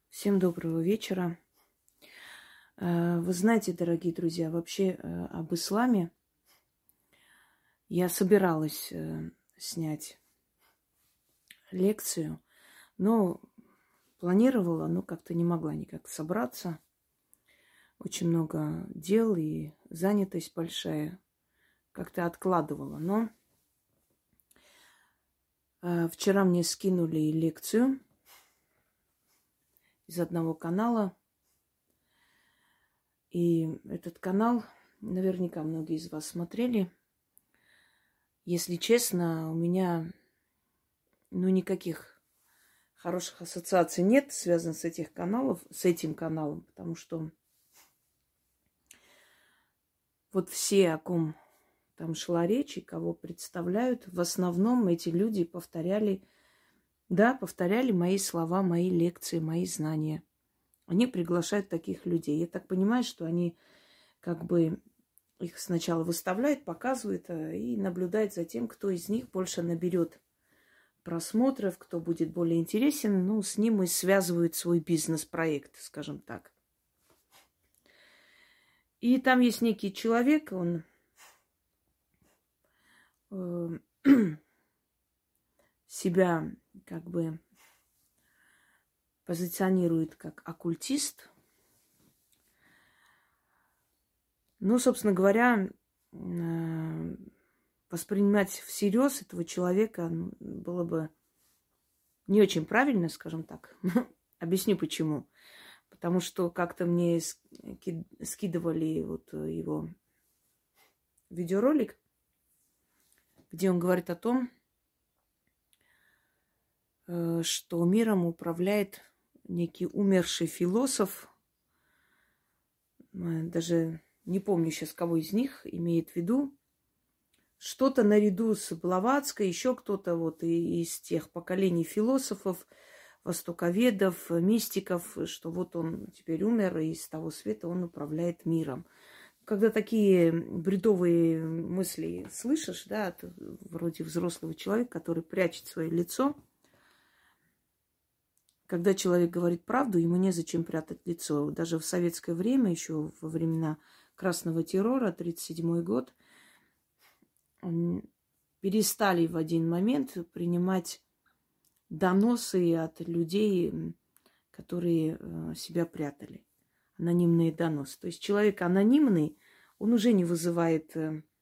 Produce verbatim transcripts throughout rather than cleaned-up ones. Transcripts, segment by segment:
Всем доброго вечера. Э, Вы знаете, дорогие друзья, вообще э, об исламе я собиралась э, снять лекцию, но планировала, но как-то не могла никак собраться. Очень много дел и занятость большая. Как-то откладывала. Но э, вчера мне скинули лекцию из одного канала. И этот канал наверняка многие из вас смотрели. Если честно, у меня ну, никаких хороших ассоциаций нет, связанных с этих каналов, с этим каналом, потому что вот все, о ком там шла речь и кого представляют, в основном эти люди повторяли, да, повторяли мои слова, мои лекции, мои знания. Они приглашают таких людей. Я так понимаю, что они как бы их сначала выставляют, показывают и наблюдают за тем, кто из них больше наберет просмотров, кто будет более интересен, ну, с ним и связывают свой бизнес-проект, скажем так. И там есть некий человек, он э, себя как бы позиционирует как оккультист. Ну, собственно говоря, э, воспринимать всерьез этого человека ну, было бы не очень правильно, скажем так. Объясню почему. Потому что как-то мне скидывали вот его видеоролик, где он говорит о том, что миром управляет некий умерший философ. Даже не помню сейчас, кого из них имеет в виду. Что-то наряду с Блаватской, еще кто-то вот из тех поколений философов, востоковедов, мистиков, что вот он теперь умер, и с того света он управляет миром. Когда такие бредовые мысли слышишь, да, от вроде взрослого человека, который прячет свое лицо, когда человек говорит правду, ему незачем прятать лицо. Даже в советское время, еще во времена Красного террора, тридцать седьмой год, перестали в один момент принимать доносы от людей, которые себя прятали. Анонимные доносы. То есть человек анонимный, он уже не вызывает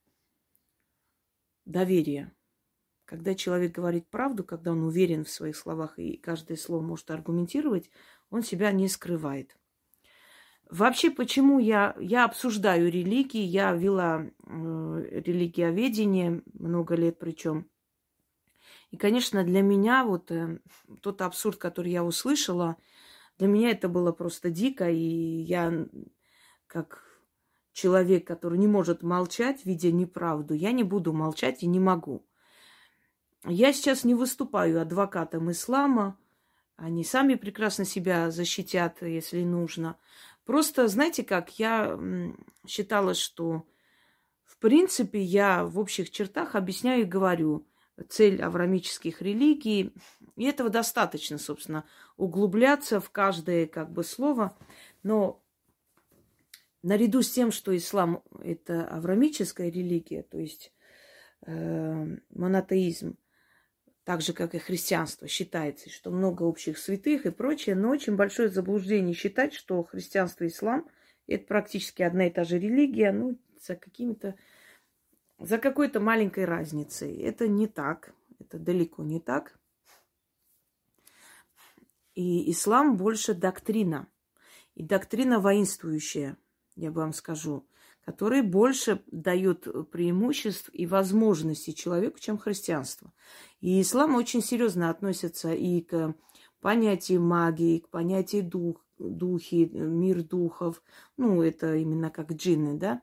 доверия. Когда человек говорит правду, когда он уверен в своих словах и каждое слово может аргументировать, он себя не скрывает. Вообще, почему я, я обсуждаю религии, я вела э, религиоведение много лет причем. И, конечно, для меня вот э, тот абсурд, который я услышала, для меня это было просто дико. И я, как человек, который не может молчать, видя неправду, я не буду молчать и не могу. Я сейчас не выступаю адвокатом ислама. Они сами прекрасно себя защитят, если нужно. Просто, знаете как, я считала, что, в принципе, я в общих чертах объясняю и говорю цель авраамических религий. И этого достаточно, собственно, углубляться в каждое как бы слово. Но наряду с тем, что ислам – это авраамическая религия, то есть э, монотеизм, так же, как и христианство, считается, что много общих святых и прочее, но очень большое заблуждение считать, что христианство и ислам – это практически одна и та же религия, ну, за какими-то, за какой-то маленькой разницей. Это не так, это далеко не так. И ислам больше доктрина, и доктрина воинствующая, я бы вам скажу, который больше дает преимуществ и возможностей человеку, чем христианство. И ислам очень серьезно относится и к понятию магии, и к понятию дух, духи, мир духов. Ну, это именно как джинны, да?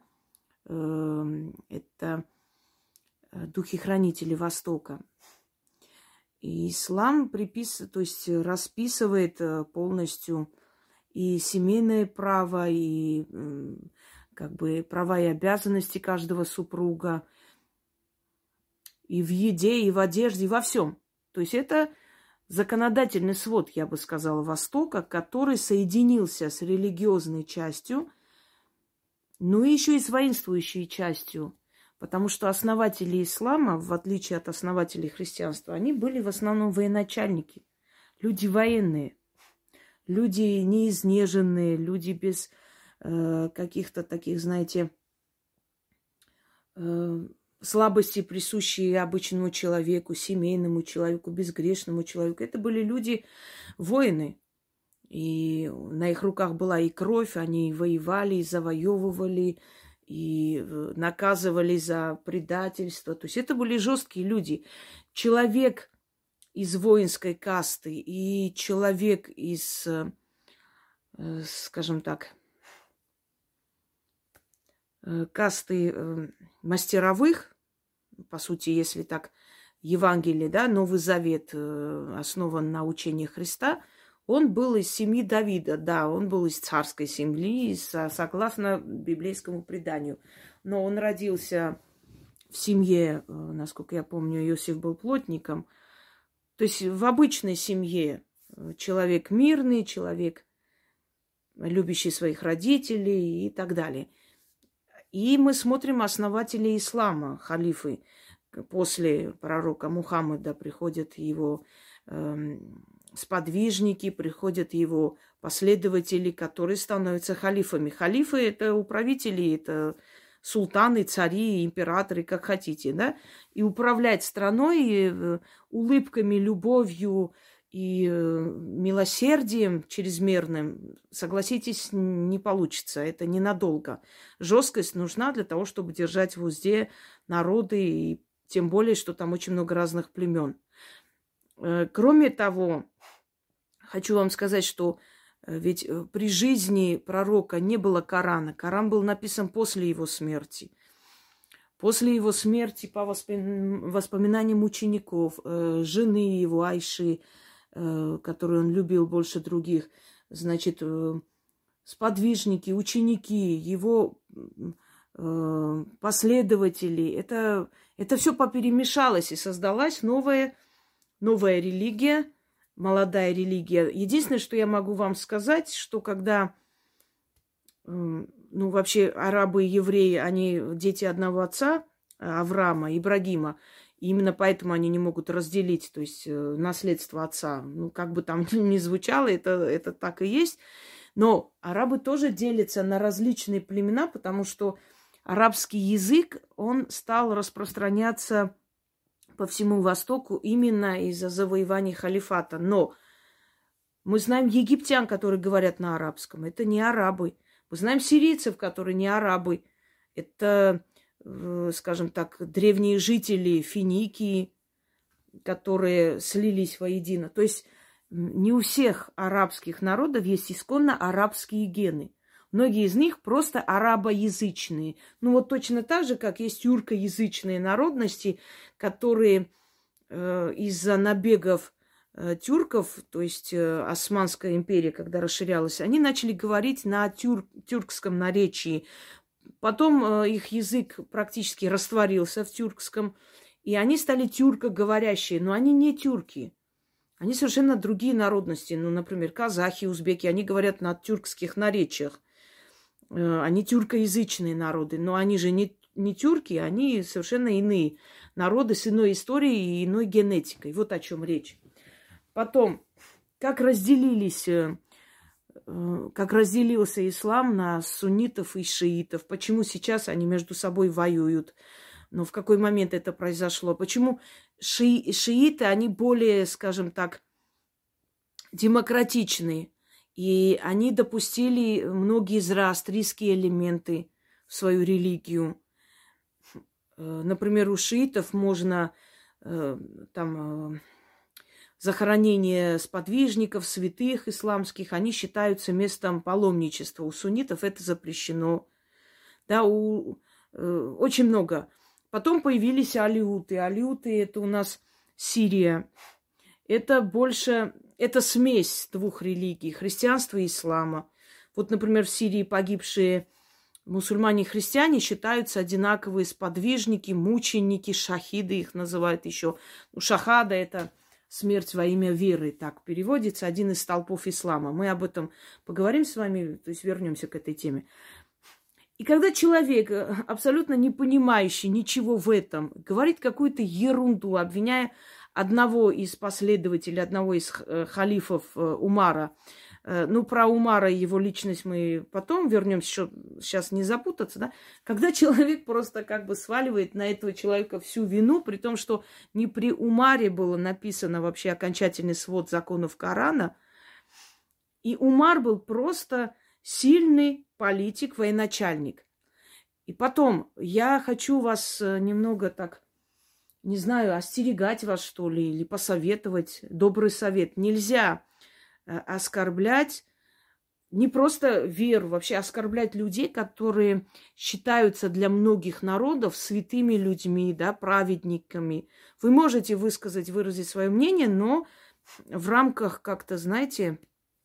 Это духи-хранители Востока. И ислам приписывает, то есть расписывает полностью и семейное право, и как бы права и обязанности каждого супруга, и в еде, и в одежде, и во всем. То есть это законодательный свод, я бы сказала, Востока, который соединился с религиозной частью, ну и еще и с воинствующей частью. Потому что основатели ислама, в отличие от основателей христианства, они были в основном военачальники, люди военные, люди неизнеженные, люди без э, каких-то таких, знаете, э, слабости, присущие обычному человеку, семейному человеку, безгрешному человеку. Это были люди воины. И на их руках была и кровь, они воевали, и завоевывали, и наказывали за предательство. То есть это были жесткие люди. Человек из воинской касты и человек из, скажем так, касты мастеровых, по сути, если так, Евангелие, да, Новый Завет основан на учении Христа, он был из семьи Давида, да, он был из царской семьи, согласно библейскому преданию. Но он родился в семье, насколько я помню, Иосиф был плотником, то есть в обычной семье. Человек мирный, человек, любящий своих родителей и так далее. И мы смотрим основателей ислама, халифы. После пророка Мухаммада приходят его э, сподвижники, приходят его последователи, которые становятся халифами. Халифы – это управители, это султаны, цари, императоры, как хотите, да? И управлять страной улыбками, любовью и милосердием чрезмерным, согласитесь, не получится. Это ненадолго. Жесткость нужна для того, чтобы держать в узде народы, и тем более, что там очень много разных племен. Кроме того, хочу вам сказать, что ведь при жизни пророка не было Корана. Коран был написан после его смерти. После его смерти, по воспоминаниям учеников, жены его, Айши, которую он любил больше других, значит, сподвижники, ученики, его последователи, это, это все поперемешалось и создалась новая, новая религия, молодая религия. Единственное, что я могу вам сказать, что когда, ну, вообще арабы и евреи, они дети одного отца, Авраама, Ибрагима, и именно поэтому они не могут разделить, то есть наследство отца. Ну, как бы там ни звучало, это, это так и есть. Но арабы тоже делятся на различные племена, потому что арабский язык, он стал распространяться по всему Востоку именно из-за завоевания халифата. Но мы знаем египтян, которые говорят на арабском. Это не арабы. Мы знаем сирийцев, которые не арабы. Это, скажем так, древние жители Финикии, которые слились воедино. То есть не у всех арабских народов есть исконно арабские гены. Многие из них просто арабоязычные. Ну вот точно так же, как есть тюркоязычные народности, которые э, из-за набегов э, тюрков, то есть э, Османская империя, когда расширялась, они начали говорить на тюр- тюркском наречии. Потом э, их язык практически растворился в тюркском, и они стали тюркоговорящие, но они не тюрки. Они совершенно другие народности. Ну, например, казахи, узбеки, они говорят на тюркских наречиях. Они тюркоязычные народы, но они же не, не тюрки, они совершенно иные народы с иной историей и иной генетикой. Вот о чем речь. Потом, как разделились, как разделился ислам на суннитов и шиитов, почему сейчас они между собой воюют, но в какой момент это произошло, почему ши, шииты, они более, скажем так, демократичные. И они допустили многие зороастрийские элементы в свою религию. Например, у шиитов можно там захоронение сподвижников, святых исламских, они считаются местом паломничества. У суннитов это запрещено. Да, у, очень много. Потом появились алиуты. Алиуты – это у нас Сирия. Это больше... Это смесь двух религий, христианства и ислама. Вот, например, в Сирии погибшие мусульмане и христиане считаются одинаковые сподвижники, мученики, шахиды их называют еще. Ну, шахада – это смерть во имя веры, так переводится, один из столпов ислама. Мы об этом поговорим с вами, то есть вернемся к этой теме. И когда человек, абсолютно не понимающий ничего в этом, говорит какую-то ерунду, обвиняя одного из последователей, одного из халифов Умара, ну, про Умара и его личность мы потом вернемся, еще сейчас не запутаться, да, когда человек просто как бы сваливает на этого человека всю вину, при том, что не при Умаре было написано вообще окончательный свод законов Корана, и Умар был просто сильный политик, военачальник. И потом, я хочу вас немного так, не знаю, остерегать вас, что ли, или посоветовать. Добрый совет. Нельзя оскорблять не просто веру, вообще оскорблять людей, которые считаются для многих народов святыми людьми, да, праведниками. Вы можете высказать, выразить свое мнение, но в рамках как-то, знаете,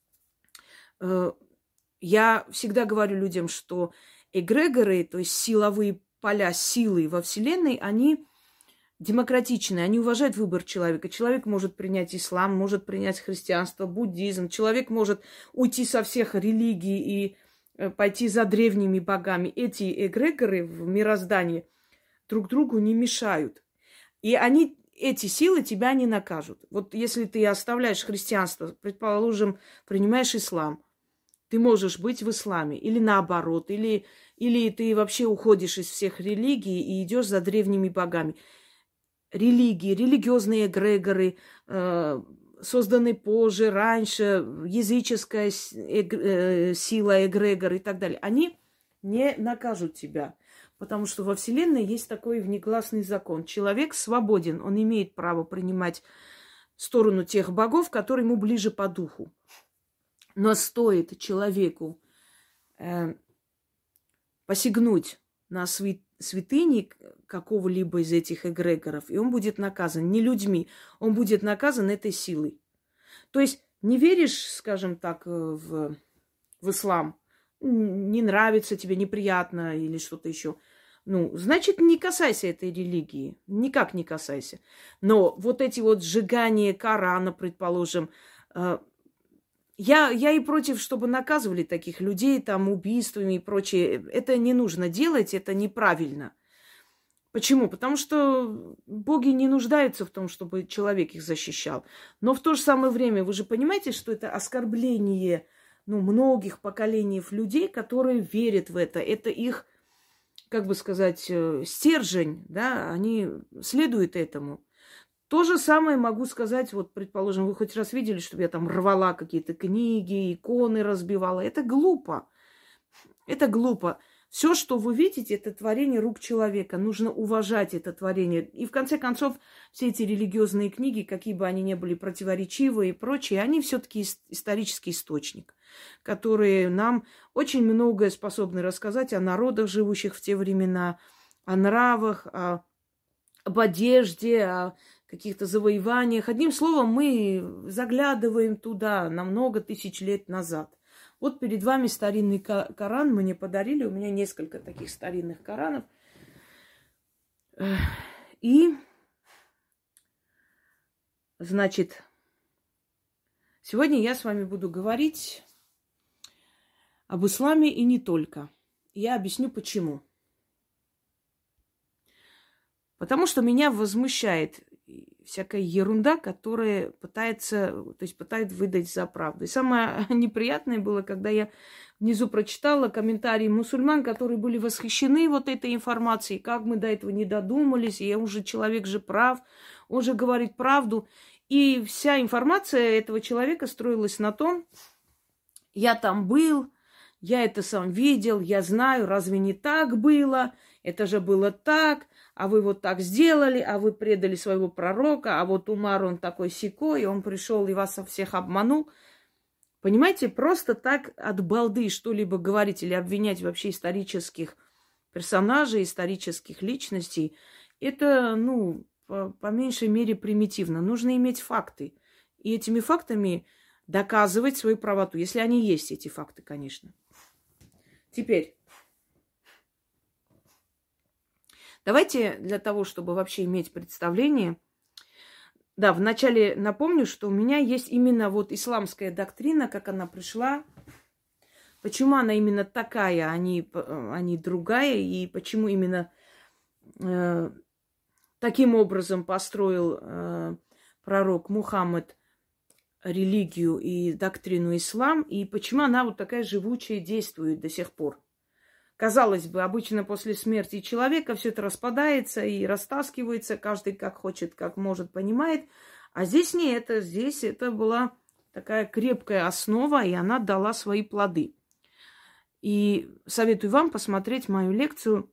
э, я всегда говорю людям, что эгрегоры, то есть силовые поля силы во Вселенной, они демократичные, они уважают выбор человека. Человек может принять ислам, может принять христианство, буддизм. Человек может уйти со всех религий и пойти за древними богами. Эти эгрегоры в мироздании друг другу не мешают. И они, эти силы тебя не накажут. Вот если ты оставляешь христианство, предположим, принимаешь ислам, ты можешь быть в исламе, или наоборот, или, или ты вообще уходишь из всех религий и идешь за древними богами. Религии, религиозные эгрегоры, э, созданные позже, раньше, языческая эг, э, сила, эгрегор и так далее, они не накажут тебя. Потому что во Вселенной есть такой внегласный закон. Человек свободен, он имеет право принимать сторону тех богов, которые ему ближе по духу. Но стоит человеку э, посягнуть на свят, святыни какого-либо из этих эгрегоров, и он будет наказан не людьми, он будет наказан этой силой. То есть не веришь, скажем так, в, в ислам, не нравится тебе, неприятно или что-то еще, ну, значит, не касайся этой религии, никак не касайся. Но вот эти вот сжигания Корана, предположим, э, Я, я и против, чтобы наказывали таких людей там убийствами и прочее. Это не нужно делать, это неправильно. Почему? Потому что боги не нуждаются в том, чтобы человек их защищал. Но в то же самое время вы же понимаете, что это оскорбление, ну, многих поколений людей, которые верят в это. Это их, как бы сказать, стержень, да, они следуют этому. То же самое могу сказать, вот, предположим, вы хоть раз видели, чтобы я там рвала какие-то книги, иконы разбивала. Это глупо. Это глупо. Все, что вы видите, это творение рук человека. Нужно уважать это творение. И в конце концов, все эти религиозные книги, какие бы они ни были противоречивые и прочие, они все-таки исторический источник, которые нам очень многое способны рассказать о народах, живущих в те времена, о нравах, о, об одежде, о каких-то завоеваниях. Одним словом, мы заглядываем туда на много тысяч лет назад. Вот перед вами старинный Коран мне подарили. У меня несколько таких старинных Коранов. И, значит, сегодня я с вами буду говорить об исламе и не только. Я объясню, почему. Потому что меня возмущает всякая ерунда, которая пытается, то есть пытает выдать за правду. И самое неприятное было, когда я внизу прочитала комментарии мусульман, которые были восхищены вот этой информацией, как мы до этого не додумались, и уже человек же прав, он же говорит правду. И вся информация этого человека строилась на том, я там был, я это сам видел, я знаю, разве не так было, это же было так, а вы вот так сделали, а вы предали своего пророка, а вот Умар, он такой сякой, он пришел и вас всех обманул. Понимаете, просто так от балды что-либо говорить или обвинять вообще исторических персонажей, исторических личностей, это, ну, по, по меньшей мере примитивно. Нужно иметь факты. И этими фактами доказывать свою правоту, если они есть, эти факты, конечно. Теперь, давайте для того, чтобы вообще иметь представление, Да, вначале напомню, что у меня есть именно вот исламская доктрина, как она пришла. Почему она именно такая, а не, а не другая, и почему именно э, таким образом построил э, пророк Мухаммад религию и доктрину ислам, и почему она вот такая живучая действует до сих пор. Казалось бы, обычно после смерти человека все это распадается и растаскивается, каждый как хочет, как может, понимает. А здесь не это, здесь это была такая крепкая основа, и она дала свои плоды. И советую вам посмотреть мою лекцию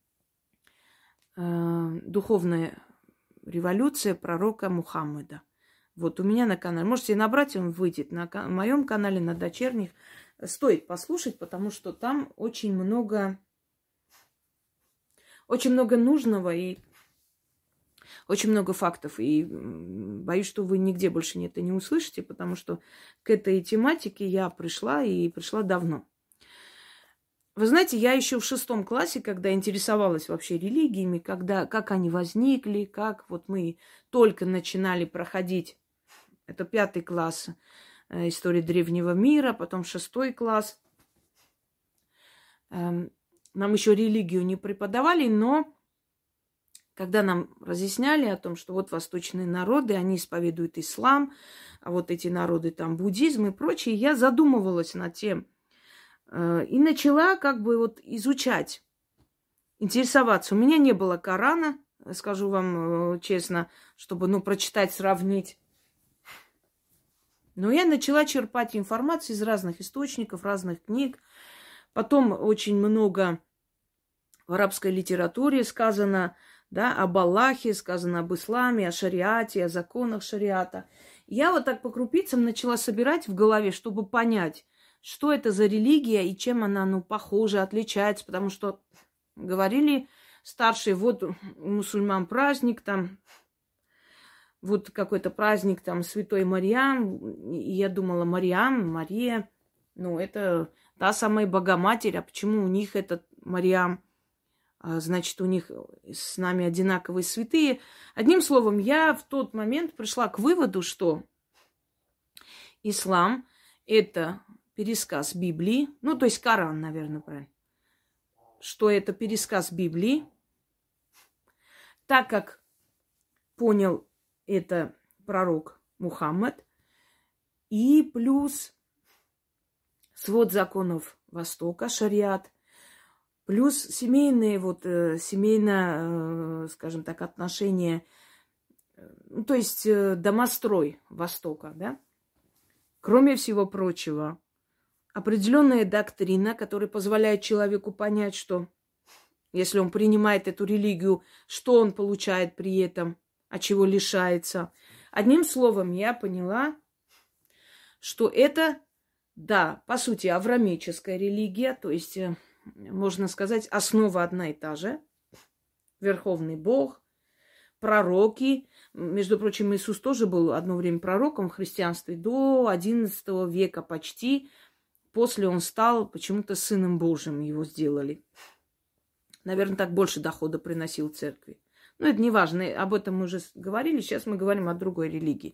э, «Духовная революция пророка Мухаммада». Вот у меня на канале. Можете набрать, он выйдет. На моем канале, на дочерних. Стоит послушать, потому что там очень много, очень много нужного и очень много фактов. И боюсь, что вы нигде больше это не услышите, потому что к этой тематике я пришла и пришла давно. Вы знаете, я еще в шестом классе, когда интересовалась вообще религиями, когда, как они возникли, как вот мы только начинали проходить, это пятый класс, история древнего мира, потом шестой класс. Нам еще религию не преподавали, но когда нам разъясняли о том, что вот восточные народы, они исповедуют ислам, а вот эти народы там буддизм и прочее, я задумывалась над тем и начала как бы вот изучать, интересоваться. У меня не было Корана, скажу вам честно, чтобы, ну, прочитать, сравнить. Но я начала черпать информацию из разных источников, разных книг. Потом очень много в арабской литературе сказано, да, об Аллахе, сказано об исламе, о шариате, о законах шариата. Я вот так по крупицам начала собирать в голове, чтобы понять, что это за религия и чем она, ну, похожа, отличается. Потому что говорили старшие, вот у мусульман праздник там, вот какой-то праздник там Святой Марьям. И я думала, Марьям, Мария, ну, это та самая Богоматерь. А почему у них этот Марьям? Значит, у них с нами одинаковые святые. Одним словом, я в тот момент пришла к выводу, что ислам – это пересказ Библии, ну, то есть Коран, наверное, правильно, что это пересказ Библии, так как понял это пророк Мухаммад, и плюс свод законов Востока, шариат, плюс семейные, вот, э, семейно, э, скажем так, отношения, э, ну, то есть э, домострой Востока, да. Кроме всего прочего, определенная доктрина, которая позволяет человеку понять, что если он принимает эту религию, что он получает при этом, а чего лишается. Одним словом, я поняла, что это, да, по сути, авраамическая религия, то есть, можно сказать, основа одна и та же. Верховный Бог, пророки. Между прочим, Иисус тоже был одно время пророком в христианстве до одиннадцатого века почти. После он стал почему-то сыном Божьим, его сделали. Наверное, так больше дохода приносил церкви. Но это не важно, об этом мы уже говорили, сейчас мы говорим о другой религии.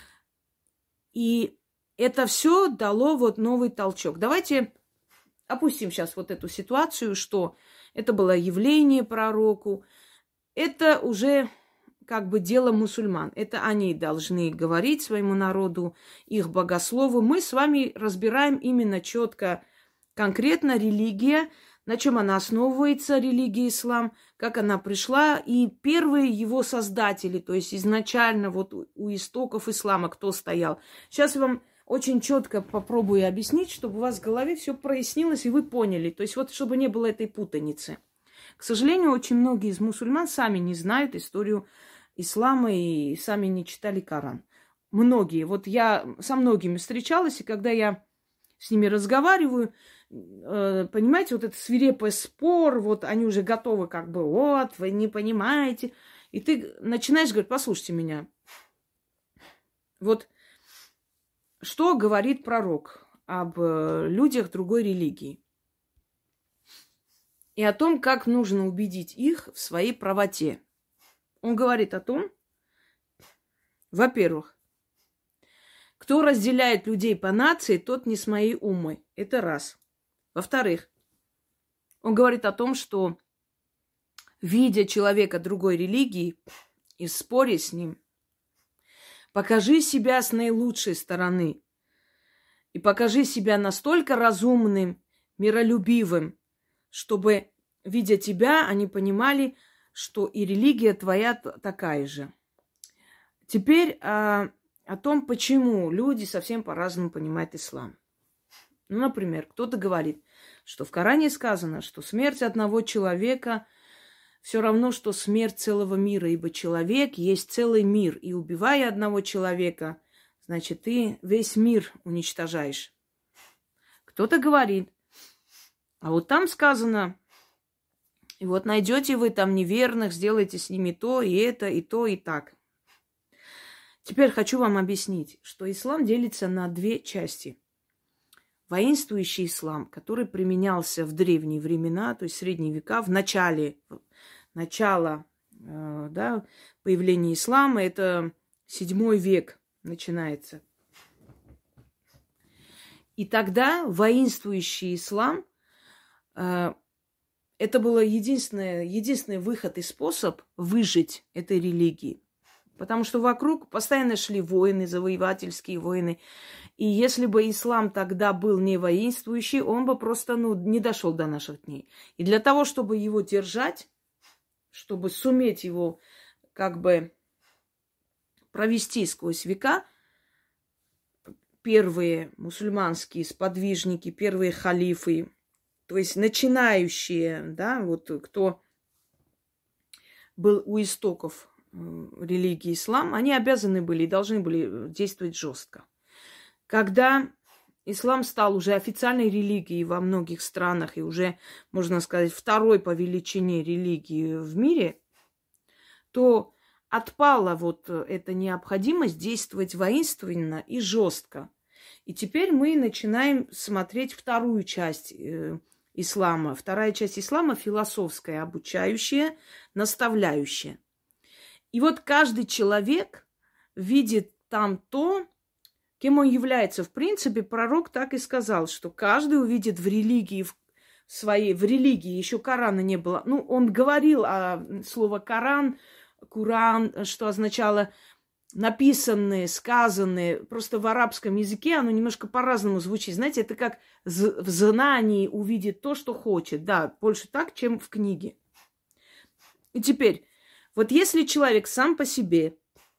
И это все дало вот новый толчок. Давайте опустим сейчас вот эту ситуацию, что это было явление пророку. Это уже как бы дело мусульман. Это они должны говорить своему народу, их богослову. Мы с вами разбираем именно четко, конкретно религия, на чем она основывается, религия ислам, как она пришла, и первые его создатели, то есть изначально вот у истоков ислама кто стоял. Сейчас я вам очень четко попробую объяснить, чтобы у вас в голове все прояснилось и вы поняли. То есть вот чтобы не было этой путаницы. К сожалению, очень многие из мусульман сами не знают историю ислама и сами не читали Коран. Многие. Вот я со многими встречалась, и когда я с ними разговариваю, э, понимаете, вот этот свирепый спор, вот они уже готовы как бы, вот, вы не понимаете. И ты начинаешь говорить, послушайте меня. Вот что говорит пророк об э, людях другой религии? И о том, как нужно убедить их в своей правоте. Он говорит о том, Во-первых, кто разделяет людей по нации, тот не с моей умой. Это раз. Во-вторых, он говорит о том, что, видя человека другой религии и споря с ним, покажи себя с наилучшей стороны. И покажи себя настолько разумным, миролюбивым, чтобы, видя тебя, они понимали, что и религия твоя такая же. Теперь а, о том, почему люди совсем по-разному понимают ислам. Ну, например, кто-то говорит, что в Коране сказано, что смерть одного человека все равно, что смерть целого мира, ибо человек есть целый мир, и убивая одного человека, значит, ты весь мир уничтожаешь. Кто-то говорит, а вот там сказано, и вот найдете вы там неверных, сделайте с ними то, и это, и то, и так. Теперь хочу вам объяснить, что ислам делится на две части. Воинствующий ислам, который применялся в древние времена, то есть в средние века, в начале, начало э, да, появления ислама, это седьмой век начинается. И тогда воинствующий ислам, э, это был единственный, единственный выход и способ выжить этой религии. Потому что вокруг постоянно шли войны, завоевательские войны. И если бы ислам тогда был не воинствующий, он бы просто ну, не дошел до наших дней. И для того, чтобы его держать, чтобы суметь его как бы провести сквозь века, первые мусульманские сподвижники, первые халифы, то есть начинающие, да, вот кто был у истоков религии ислам, они обязаны были и должны были действовать жестко. Когда ислам стал уже официальной религией во многих странах и уже, можно сказать, второй по величине религии в мире, то отпала вот эта необходимость действовать воинственно и жестко. И теперь мы начинаем смотреть вторую часть э, ислама. Вторая часть ислама философская, обучающая, наставляющая. И вот каждый человек видит там то, кем он является. В принципе, пророк так и сказал, что каждый увидит в религии в своей, в религии еще Корана не было. Ну, он говорил о слово Коран, Куран, что означало написанные, сказанные. Просто в арабском языке оно немножко по-разному звучит. Знаете, это как в знании увидит то, что хочет. Да, больше так, чем в книге. И теперь, вот если человек сам по себе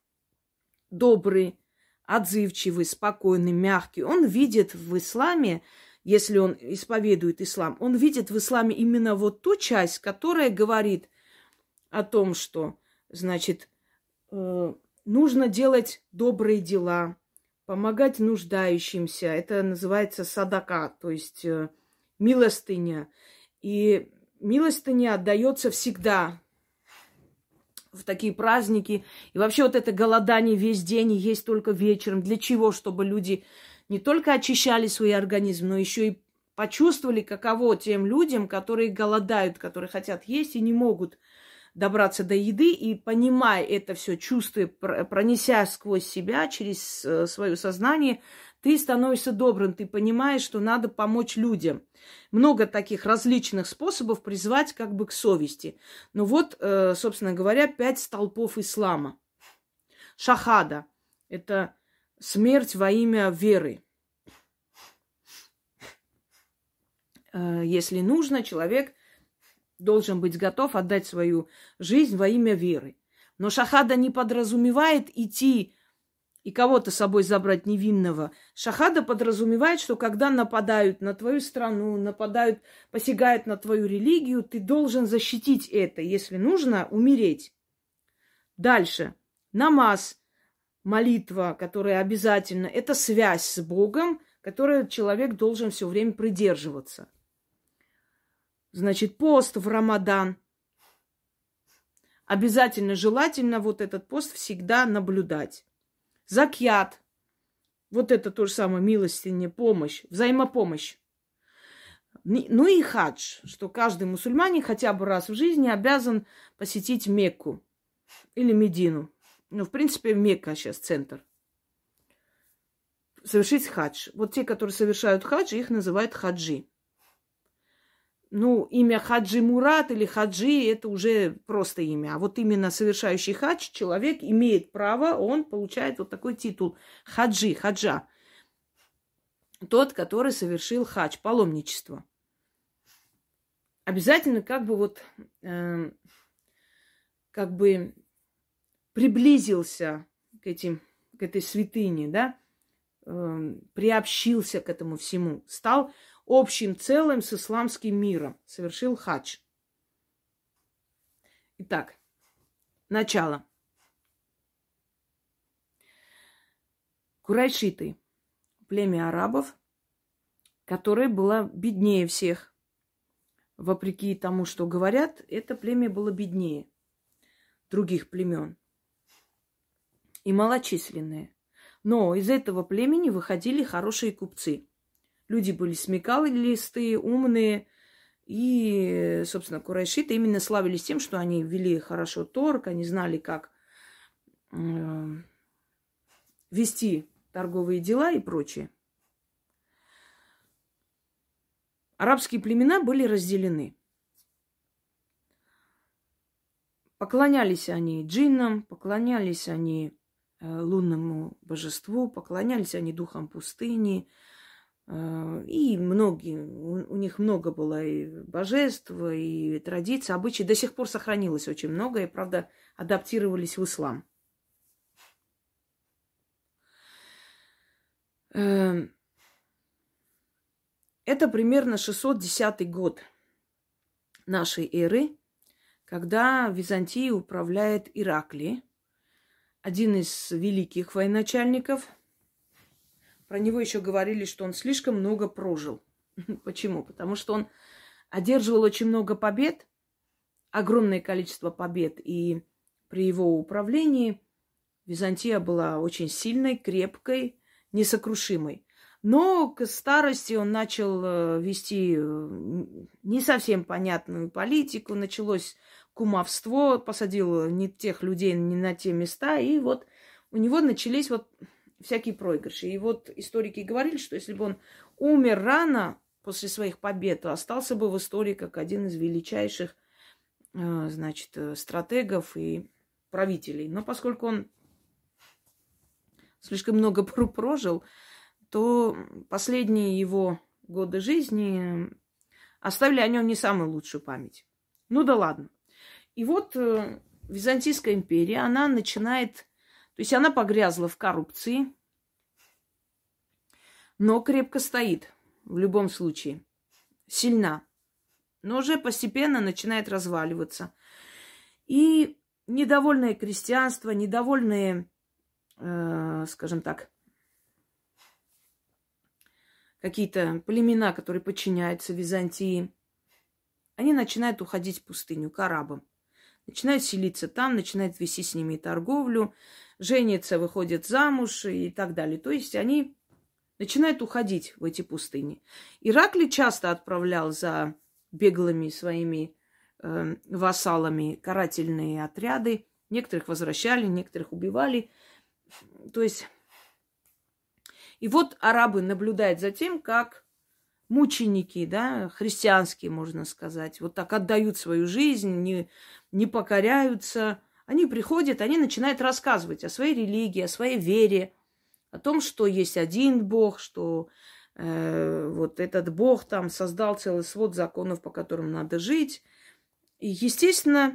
добрый, отзывчивый, спокойный, мягкий, он видит в исламе, если он исповедует ислам, он видит в исламе именно вот ту часть, которая говорит о том, что, значит, э, нужно делать добрые дела, помогать нуждающимся. Это называется садака, то есть э, милостыня. И милостыня отдается всегда в такие праздники. И вообще вот это голодание весь день и есть только вечером. Для чего? Чтобы люди не только очищали свой организм, но еще и почувствовали, каково тем людям, которые голодают, которые хотят есть и не могут добраться до еды. И понимая это все, чувствуя, пронеся сквозь себя, через свое сознание, ты становишься добрым, ты понимаешь, что надо помочь людям. Много таких различных способов призвать как бы к совести. Ну вот, собственно говоря, пять столпов ислама. Шахада – это смерть во имя веры. Если нужно, человек должен быть готов отдать свою жизнь во имя веры. Но шахада не подразумевает идти и кого-то с собой забрать невинного. Шахада подразумевает, что когда нападают на твою страну, нападают, посягают на твою религию, ты должен защитить это. Если нужно, умереть. Дальше. Намаз, молитва, которая обязательно, это связь с Богом, которой человек должен все время придерживаться. Значит, пост в Рамадан. Обязательно, желательно вот этот пост всегда наблюдать. Закьят. Вот это то же самое, милостиня, помощь, взаимопомощь. Ну и хадж, что каждый мусульманин хотя бы раз в жизни обязан посетить Мекку или Медину. ну, в принципе, Мекка сейчас центр, совершить хадж. Вот те, которые совершают хадж, их называют хаджи. Ну, имя Хаджи Мурат или Хаджи – это уже просто имя. А вот именно совершающий хадж человек имеет право, он получает вот такой титул Хаджи, хаджа. Тот, который совершил хадж, паломничество. Обязательно как бы вот, э, как бы приблизился к, этим, к этой святыне, да, э, приобщился к этому всему, стал общим целым с исламским миром, совершил хадж. Итак, начало. Курайшиты, племя арабов, которое было беднее всех. Вопреки тому, что говорят, это племя было беднее других племен и малочисленные. Но из этого племени выходили хорошие купцы. Люди были смекалистые, умные. И, собственно, курайшиты именно славились тем, что они вели хорошо торг, они знали, как э, вести торговые дела и прочее. Арабские племена были разделены. Поклонялись они джиннам, поклонялись они э, лунному божеству, поклонялись они духам пустыни. И многие, у, у них много было и божеств, и традиций, обычаи. До сих пор сохранилось очень много, и, правда, адаптировались в ислам. Это примерно шестьсот десятый год нашей эры, когда Византией управляет Ираклий, один из великих военачальников. Про него еще говорили, что он слишком много прожил. Почему? Потому что он одерживал очень много побед, огромное количество побед. И при его управлении Византия была очень сильной, крепкой, несокрушимой. Но к старости он начал вести не совсем понятную политику. Началось кумовство, посадил не тех людей не на те места. И вот у него начались вот всякие проигрыши. И вот историки говорили, что если бы он умер рано после своих побед, то остался бы в истории как один из величайших, значит, стратегов и правителей. Но поскольку он слишком много прожил, то последние его годы жизни оставили о нем не самую лучшую память. Ну да ладно. И вот Византийская империя, она начинает... То есть она погрязла в коррупции, но крепко стоит в любом случае. Сильна. Но уже постепенно начинает разваливаться. И недовольное крестьянство, недовольные, э, скажем так, какие-то племена, которые подчиняются Византии, они начинают уходить в пустыню к арабам. Начинают селиться там, начинают вести с ними торговлю, женятся, выходят замуж и так далее. То есть они начинают уходить в эти пустыни. Ираклий часто отправлял за беглыми своими э, вассалами карательные отряды. Некоторых возвращали, некоторых убивали. То есть... И вот арабы наблюдают за тем, как мученики, да, христианские, можно сказать, вот так отдают свою жизнь, не, не покоряются. Они приходят, они начинают рассказывать о своей религии, о своей вере, о том, что есть один Бог, что э, вот этот Бог там создал целый свод законов, по которым надо жить. И, естественно,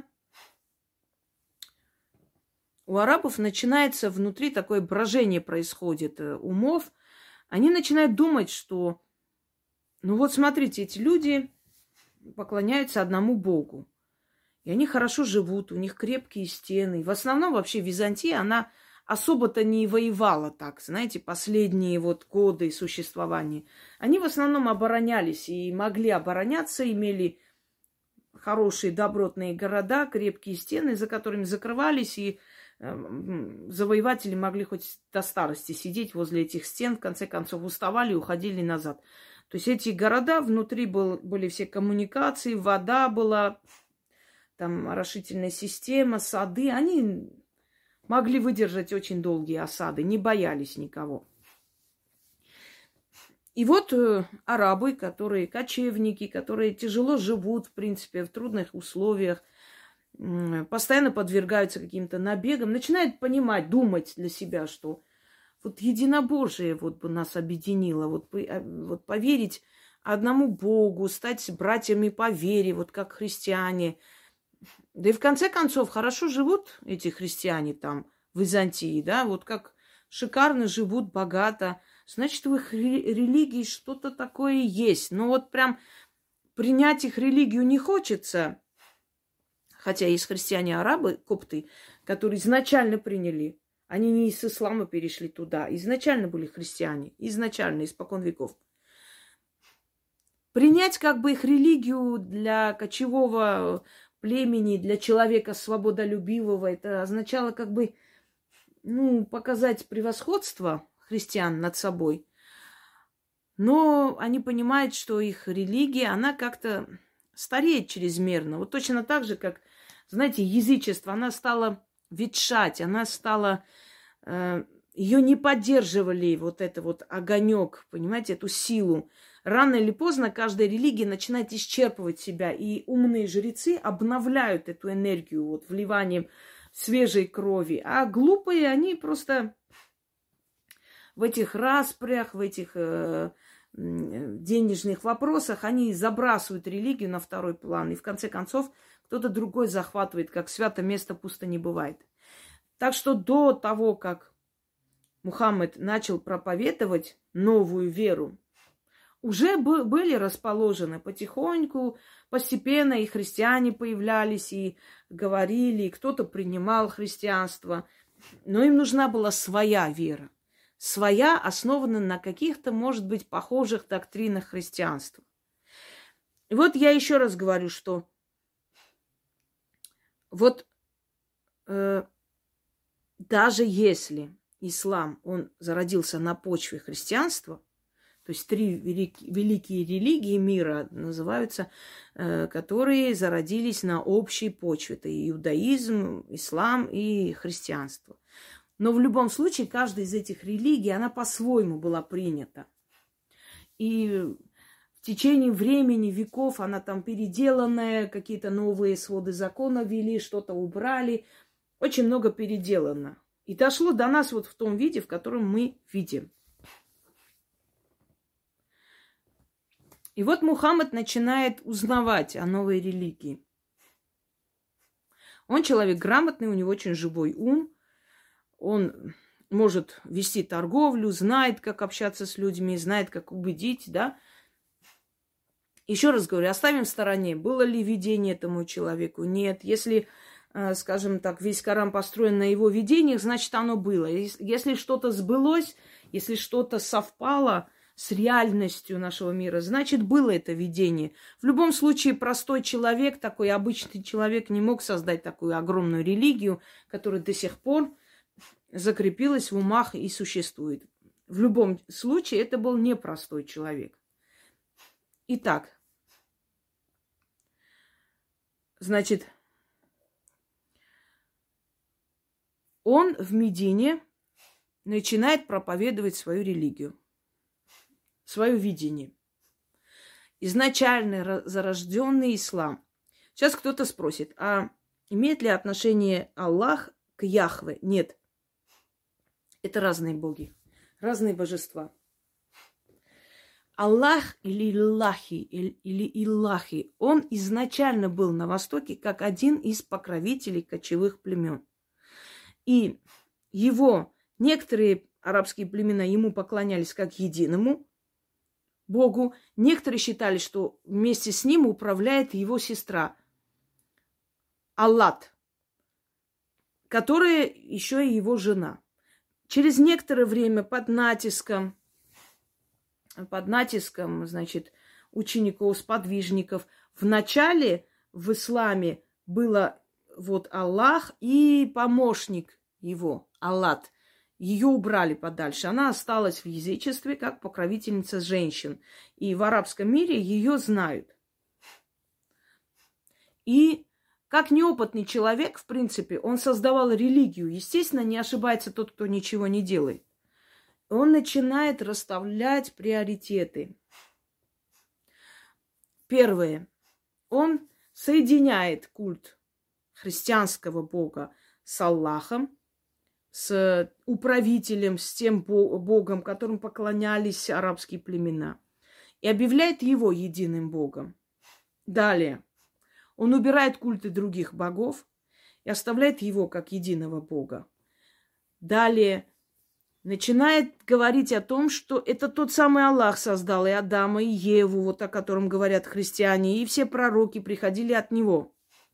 у арабов начинается внутри такое брожение происходит умов. Они начинают думать, что, ну вот смотрите, эти люди поклоняются одному Богу. И они хорошо живут, у них крепкие стены. В основном вообще Византия, она особо-то не воевала так, знаете, последние вот годы существования. Они в основном оборонялись и могли обороняться, имели хорошие добротные города, крепкие стены, за которыми закрывались, и э, завоеватели могли хоть до старости сидеть возле этих стен, в конце концов уставали и уходили назад. То есть эти города, внутри был, были все коммуникации, вода была, там орошительная система, сады, они могли выдержать очень долгие осады, не боялись никого. И вот э, арабы, которые кочевники, которые тяжело живут, в принципе, в трудных условиях, э, постоянно подвергаются каким-то набегам, начинают понимать, думать для себя, что вот единобожие вот бы нас объединило, вот, вот поверить одному Богу, стать братьями по вере, вот как христиане. Да и в конце концов, хорошо живут эти христиане там, в Византии, да, вот как шикарно живут, богато. Значит, в их религии что-то такое есть. Но вот прям принять их религию не хочется. Хотя есть христиане-арабы, копты, которые изначально приняли. Они не из ислама перешли туда. Изначально были христиане. Изначально, испокон веков. Принять как бы их религию для кочевого племени, для человека свободолюбивого, это означало как бы, ну, показать превосходство христиан над собой. Но они понимают, что их религия, она как-то стареет чрезмерно. Вот точно так же, как, знаете, язычество, она стала ветшать, она стала... Э, ее не поддерживали вот это вот огонек, понимаете, эту силу. Рано или поздно каждая религия начинает исчерпывать себя, и умные жрецы обновляют эту энергию вот вливанием свежей крови. А глупые, они просто в этих распрях, в этих э, денежных вопросах, они забрасывают религию на второй план. И в конце концов кто-то другой захватывает, как свято место пусто не бывает. Так что до того, как Мухаммед начал проповедовать новую веру, уже были расположены потихоньку, постепенно и христиане появлялись, и говорили, и кто-то принимал христианство. Но им нужна была своя вера. Своя, основанная на каких-то, может быть, похожих доктринах христианства. И вот я еще раз говорю, что вот э, даже если ислам, он зародился на почве христианства, то есть три великие, великие религии мира называются, э, которые зародились на общей почве. Это иудаизм, ислам и христианство. Но в любом случае, каждая из этих религий, она по-своему была принята. И в течение времени, веков, она там переделанная, какие-то новые своды закона ввели, что-то убрали. Очень много переделано. И дошло до нас вот в том виде, в котором мы видим. И вот Мухаммед начинает узнавать о новой религии. Он человек грамотный, у него очень живой ум. Он может вести торговлю, знает, как общаться с людьми, знает, как убедить, да. Еще раз говорю, оставим в стороне, было ли видение этому человеку. Нет. Если, скажем так, весь Коран построен на его видениях, значит, оно было. Если что-то сбылось, если что-то совпало с реальностью нашего мира, значит, было это видение. В любом случае, простой человек, такой обычный человек, не мог создать такую огромную религию, которая до сих пор закрепилась в умах и существует. В любом случае, это был непростой человек. Итак, значит, он в Медине начинает проповедовать свою религию, свое видение. Изначально зарожденный ислам. Сейчас кто-то спросит, а имеет ли отношение Аллах к Яхве? Нет. Это разные боги, разные божества. Аллах или Иллахи, или Иллахи, он изначально был на Востоке как один из покровителей кочевых племен. И его, некоторые арабские племена ему поклонялись как единому Богу, некоторые считали, что вместе с ним управляет его сестра Аллат, которая еще и его жена. Через некоторое время под натиском, под натиском, значит, учеников, сподвижников, вначале в исламе было вот Аллах и помощник его, Аллат. Ее убрали подальше. Она осталась в язычестве как покровительница женщин. И в арабском мире ее знают. И как неопытный человек, в принципе, он создавал религию. Естественно, не ошибается тот, кто ничего не делает. Он начинает расставлять приоритеты. Первое. Он соединяет культ христианского бога с Аллахом, с управителем, с тем богом, которым поклонялись арабские племена, и объявляет его единым богом. Далее. Он убирает культы других богов и оставляет его как единого бога. Далее. Начинает говорить о том, что это тот самый Аллах создал и Адама, и Еву, вот о котором говорят христиане, и все пророки приходили от него.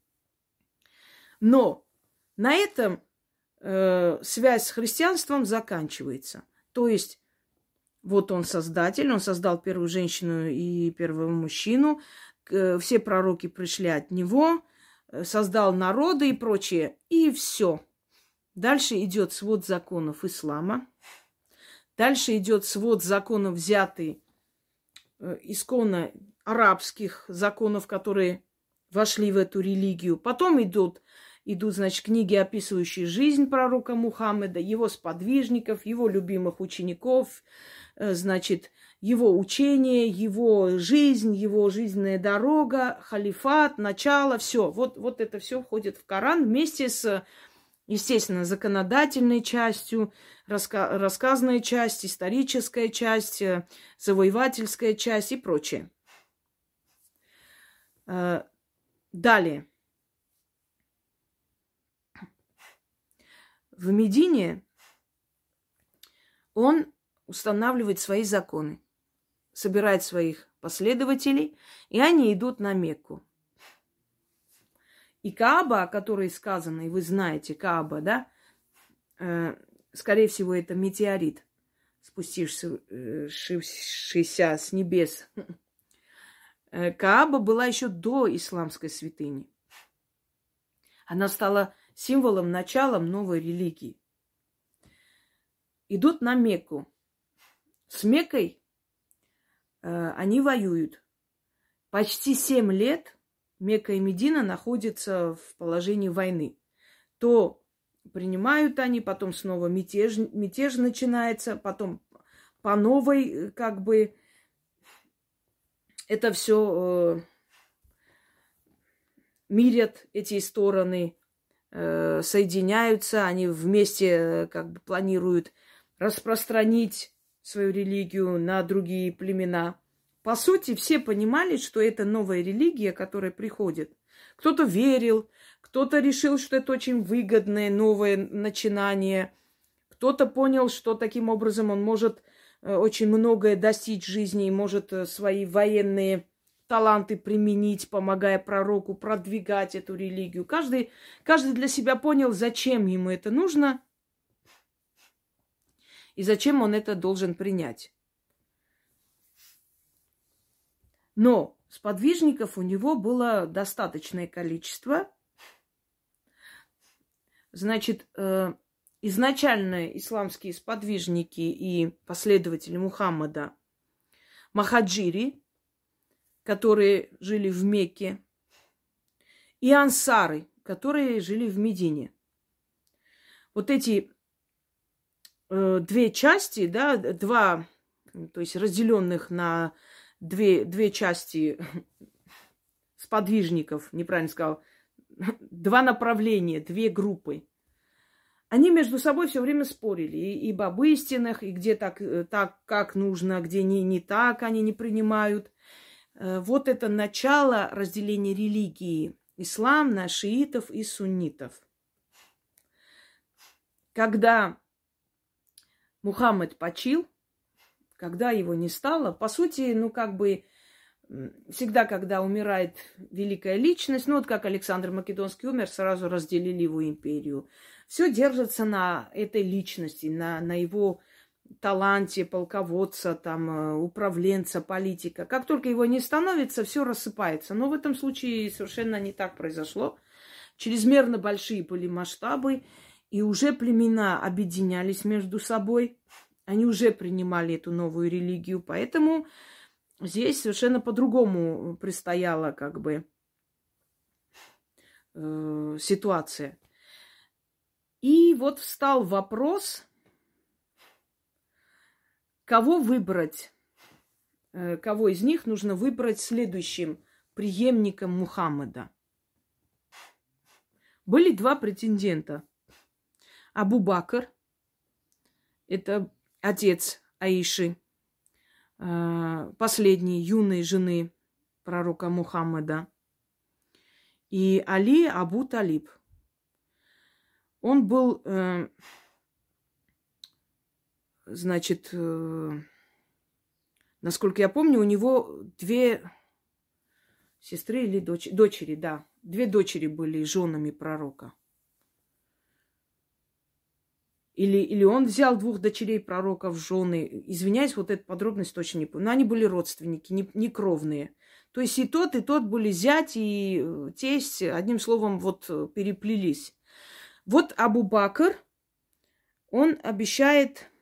Но на этом э, связь с христианством заканчивается. То есть вот он создатель, он создал первую женщину и первого мужчину, э, все пророки пришли от него, э, создал народы и прочее, и все. Дальше идет свод законов ислама. Дальше идет свод законов, взятый э, исконно арабских законов, которые вошли в эту религию. Потом идут, идут, значит, книги, описывающие жизнь пророка Мухаммеда, его сподвижников, его любимых учеников, э, значит, его учение, его жизнь, его жизненная дорога, халифат, начало, все. Вот, вот это все входит в Коран вместе с, естественно, законодательной частью, раска- рассказанная часть, историческая часть, завоевательская часть и прочее. Далее. В Медине он устанавливает свои законы, собирает своих последователей, и они идут на Мекку. И Кааба, о которой сказано, и вы знаете, Кааба, да, э, скорее всего, это метеорит, спустившийся с небес. Кааба была еще до исламской святыни. Она стала символом, началом новой религии. Идут на Мекку. С Меккой э, они воюют. Почти семь лет Мекка и Медина находятся в положении войны. То принимают они, потом снова мятеж, мятеж начинается, потом по новой, как бы, это все э, мирят эти стороны, э, соединяются, они вместе э, как бы планируют распространить свою религию на другие племена. По сути, все понимали, что это новая религия, которая приходит. Кто-то верил, кто-то решил, что это очень выгодное новое начинание. Кто-то понял, что таким образом он может очень многое достичь в жизни и может свои военные таланты применить, помогая пророку продвигать эту религию. Каждый, каждый для себя понял, зачем ему это нужно и зачем он это должен принять. Но сподвижников у него было достаточное количество. Значит, э, изначально исламские сподвижники и последователи Мухаммада, махаджири, которые жили в Мекке, и ансары, которые жили в Медине. Вот эти э, две части, да, два, то есть разделенных на Две, две части сподвижников, неправильно сказал, два направления, две группы. Они между собой все время спорили. И, и об истинах, и где так, так, как нужно, где не, не так, они не принимают. Вот это начало разделения религии. Ислам на шиитов и суннитов. Когда Мухаммед почил, когда его не стало, по сути, ну, как бы, всегда, когда умирает великая личность, ну, вот как Александр Македонский умер, сразу разделили его империю. Все держится на этой личности, на, на его таланте полководца, там, управленца, политика. Как только его не становится, все рассыпается. Но в этом случае совершенно не так произошло. Чрезмерно большие были масштабы, и уже племена объединялись между собой. Они уже принимали эту новую религию, поэтому здесь совершенно по-другому предстояло как бы э, ситуация. И вот встал вопрос, кого выбрать, э, кого из них нужно выбрать следующим преемником Мухаммеда. Были два претендента. Абу Бакр, это отец Аиши, последней юной жены пророка Мухаммеда, и Али Абу Талиб. Он был, значит, насколько я помню, у него две сестры или дочери, дочери, да, две дочери были женами пророка. Или, или он взял двух дочерей пророка в жены. Извиняюсь, вот эту подробность точно не помню. Но они были родственники, не, не кровные. То есть и тот, и тот были зять и тесть. Одним словом, вот переплелись. Вот Абу Бакр, он обещает,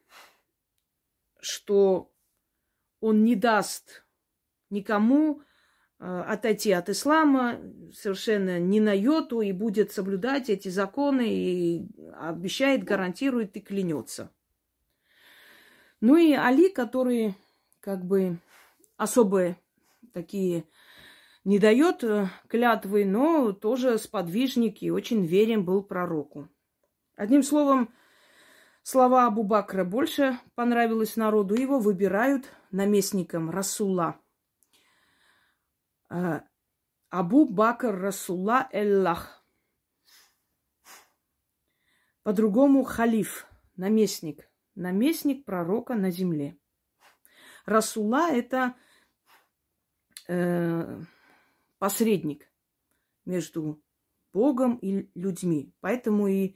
что он не даст никому отойти от ислама совершенно ни на йоту и будет соблюдать эти законы и обещает, гарантирует и клянется. Ну и Али, который как бы особо такие не дает клятвы, но тоже сподвижник и очень верен был пророку. Одним словом, слова Абу Бакра больше понравилось народу, его выбирают наместником Расула. Абу Бакр Расулла Эллах. По-другому халиф, наместник. Наместник пророка на земле. Расулла – это э, посредник между Богом и людьми. Поэтому и,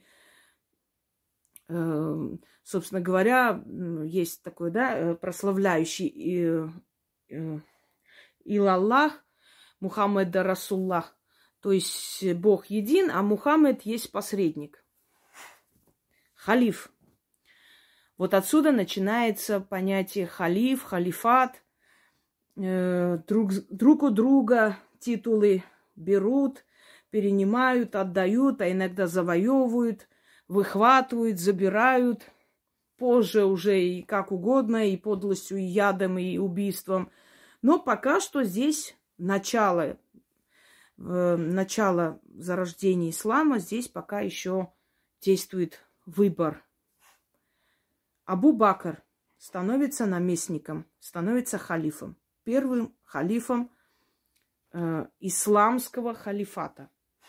э, собственно говоря, есть такой, да, прославляющий и, э, Илаллах, Мухаммеда Расуллах. То есть Бог един, а Мухаммед есть посредник. Халиф. Вот отсюда начинается понятие халиф, халифат. Э, друг, друг у друга титулы берут, перенимают, отдают, а иногда завоевывают, выхватывают, забирают. Позже уже и как угодно, и подлостью, и ядом, и убийством. Но пока что здесь начало, э, начало зарождения ислама, здесь пока еще действует выбор. Абу Бакр становится наместником, становится халифом, первым халифом э, исламского халифата.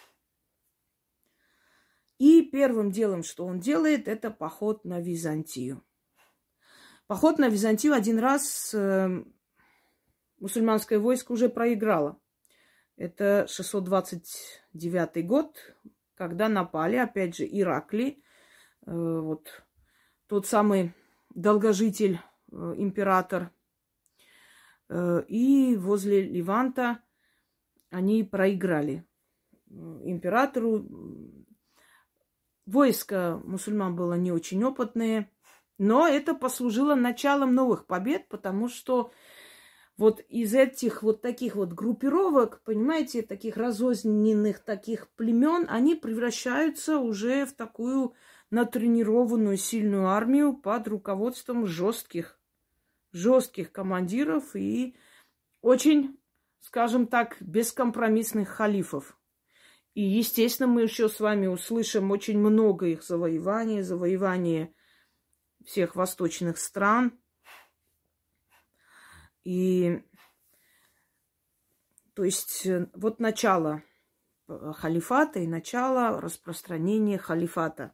И первым делом, что он делает, это поход на Византию. Поход на Византию один раз э, мусульманское войско уже проиграло. Это шестьсот двадцать девятый год, когда напали, опять же, Ираклий, э, вот тот самый долгожитель, э, император. Э, и возле Леванта они проиграли императору. Войско мусульман было не очень опытное, но это послужило началом новых побед, потому что вот из этих вот таких вот группировок, понимаете, таких разрозненных таких племен, они превращаются уже в такую натренированную сильную армию под руководством жестких, жестких командиров и очень, скажем так, бескомпромиссных халифов. И, естественно, мы еще с вами услышим очень много их завоеваний, завоевания всех восточных стран. И, то есть, вот начало халифата и начало распространения халифата.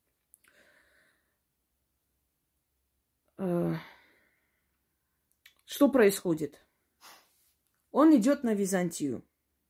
Что происходит? Он идет на Византию.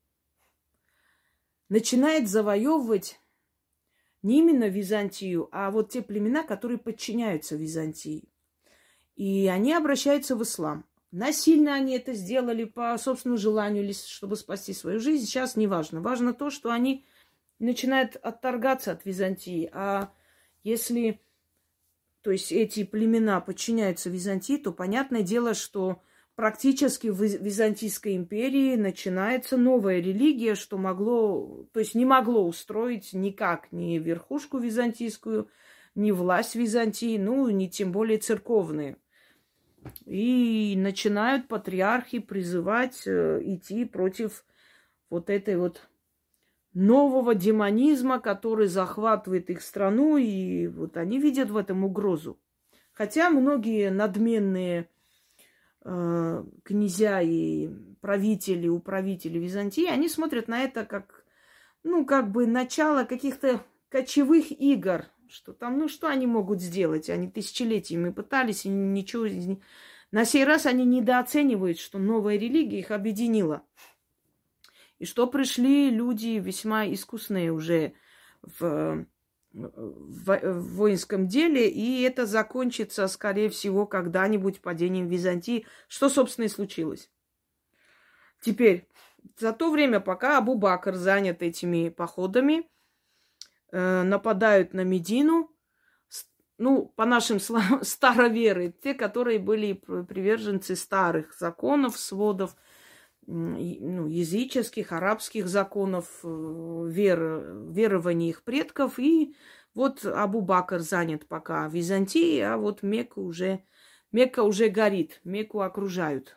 Начинает завоевывать не именно Византию, а вот те племена, которые подчиняются Византии. И они обращаются в ислам. Насильно они это сделали по собственному желанию, или чтобы спасти свою жизнь, сейчас не важно. Важно то, что они начинают отторгаться от Византии. А если, то есть, эти племена подчиняются Византии, то понятное дело, что практически в Византийской империи начинается новая религия, что могло, то есть не могло устроить никак ни верхушку византийскую, ни власть Византии, ну, ни тем более церковные. И начинают патриархи призывать э, идти против вот этой вот нового демонизма, который захватывает их страну, и вот они видят в этом угрозу. Хотя многие надменные э, князья и правители, управители Византии, они смотрят на это как, ну, как бы начало каких-то кочевых игр, что там, ну, что они могут сделать? Они тысячелетиями пытались, и ничего... На сей раз они недооценивают, что новая религия их объединила. И что пришли люди весьма искусные уже в, в, в воинском деле, и это закончится, скорее всего, когда-нибудь падением Византии, что, собственно, и случилось. Теперь, за то время, пока Абу-Бакр занят этими походами, э, нападают на Медину, ну, по нашим словам, староверы, те, которые были приверженцы старых законов, сводов, ну, языческих, арабских законов, вер, верований их предков. И вот Абу-Бакр занят пока в Византии, а вот Мекка уже, Мекка уже горит, Мекку окружают.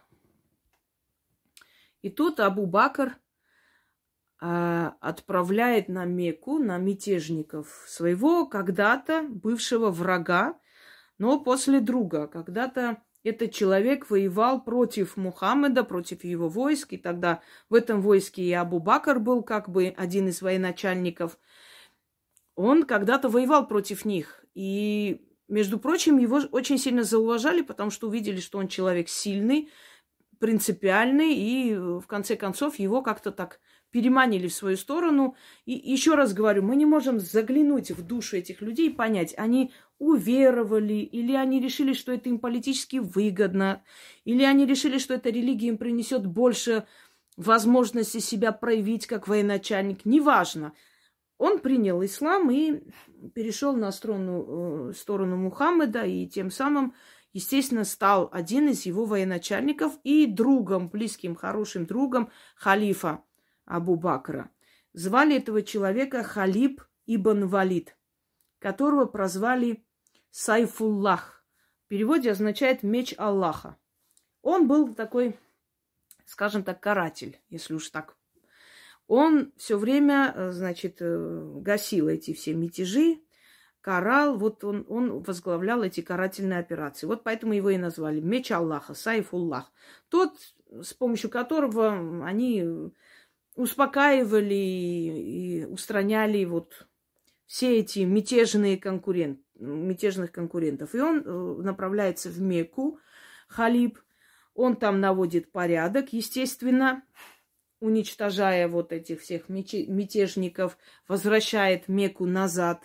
И тут Абу-Бакр э, отправляет на Мекку, на мятежников своего когда-то бывшего врага, но после друга. Когда-то этот человек воевал против Мухаммеда, против его войск, и тогда в этом войске и Абу-Бакр был как бы один из военачальников. Он когда-то воевал против них. И, между прочим, его очень сильно зауважали, потому что увидели, что он человек сильный, принципиальный, и в конце концов его как-то так переманили в свою сторону. И еще раз говорю, мы не можем заглянуть в душу этих людей и понять, они уверовали, или они решили, что это им политически выгодно, или они решили, что эта религия им принесет больше возможности себя проявить как военачальник. Неважно. Он принял ислам и перешел на сторону, сторону Мухаммеда, и тем самым, естественно, стал один из его военачальников и другом, близким, хорошим другом халифа Абу-Бакра. Звали этого человека Халиб ибн Валид, которого прозвали Сайфуллах. В переводе означает «меч Аллаха». Он был такой, скажем так, каратель, если уж так. Он все время, значит, гасил эти все мятежи, карал, вот он, он возглавлял эти карательные операции. Вот поэтому его и назвали «меч Аллаха», Сайфуллах. Тот, с помощью которого они успокаивали и устраняли вот все эти мятежные конкуренты, мятежных конкурентов. И он направляется в Мекку, Халиб. Он там наводит порядок, естественно, уничтожая вот этих всех мятежников, возвращает Мекку назад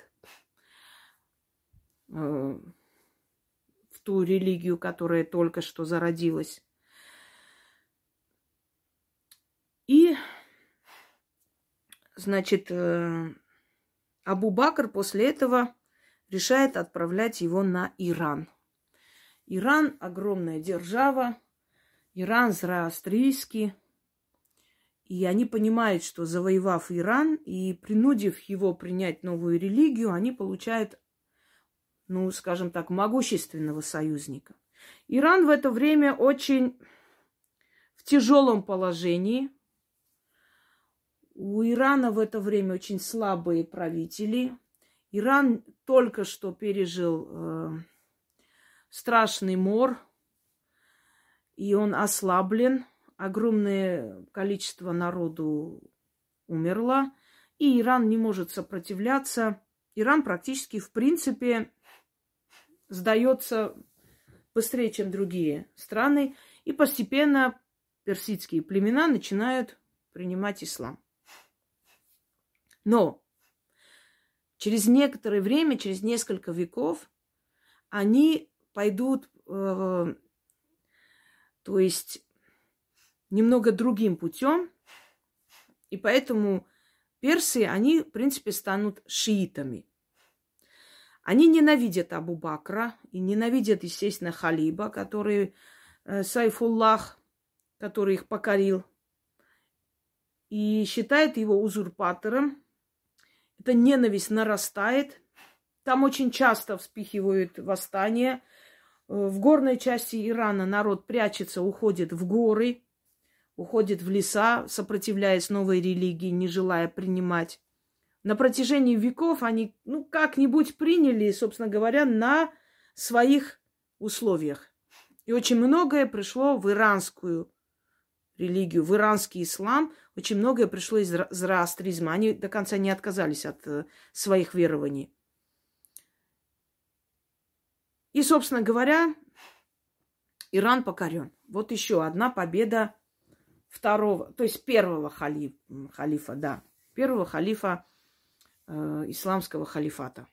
э, в ту религию, которая только что зародилась. И, значит, э, Абу-Бакр после этого решает отправлять его на Иран. Иран – огромная держава, Иран зороастрийский. И они понимают, что завоевав Иран и принудив его принять новую религию, они получают, ну, скажем так, могущественного союзника. Иран в это время очень в тяжелом положении. У Ирана в это время очень слабые правители. Иран только что пережил э, страшный мор, и он ослаблен. Огромное количество народу умерло, и Иран не может сопротивляться. Иран практически, в принципе, сдается быстрее, чем другие страны, и постепенно персидские племена начинают принимать ислам. Но через некоторое время, через несколько веков, они пойдут, э, то есть немного другим путем, и поэтому персы, они, в принципе, станут шиитами. Они ненавидят Абу-Бакра и ненавидят, естественно, Халиба, который э, Сайфуллах, который их покорил, и считает его узурпатором. Эта ненависть нарастает. Там очень часто вспыхивают восстания. В горной части Ирана народ прячется, уходит в горы, уходит в леса, сопротивляясь новой религии, не желая принимать. На протяжении веков они, ну, как-нибудь приняли, собственно говоря, на своих условиях. И очень многое пришло в иранскую религию, в иранский ислам. Очень многое пришло из зороастризма. Они до конца не отказались от э, своих верований. И, собственно говоря, Иран покорен. Вот еще одна победа второго, то есть первого халиф, халифа, да, первого халифа э, исламского халифата.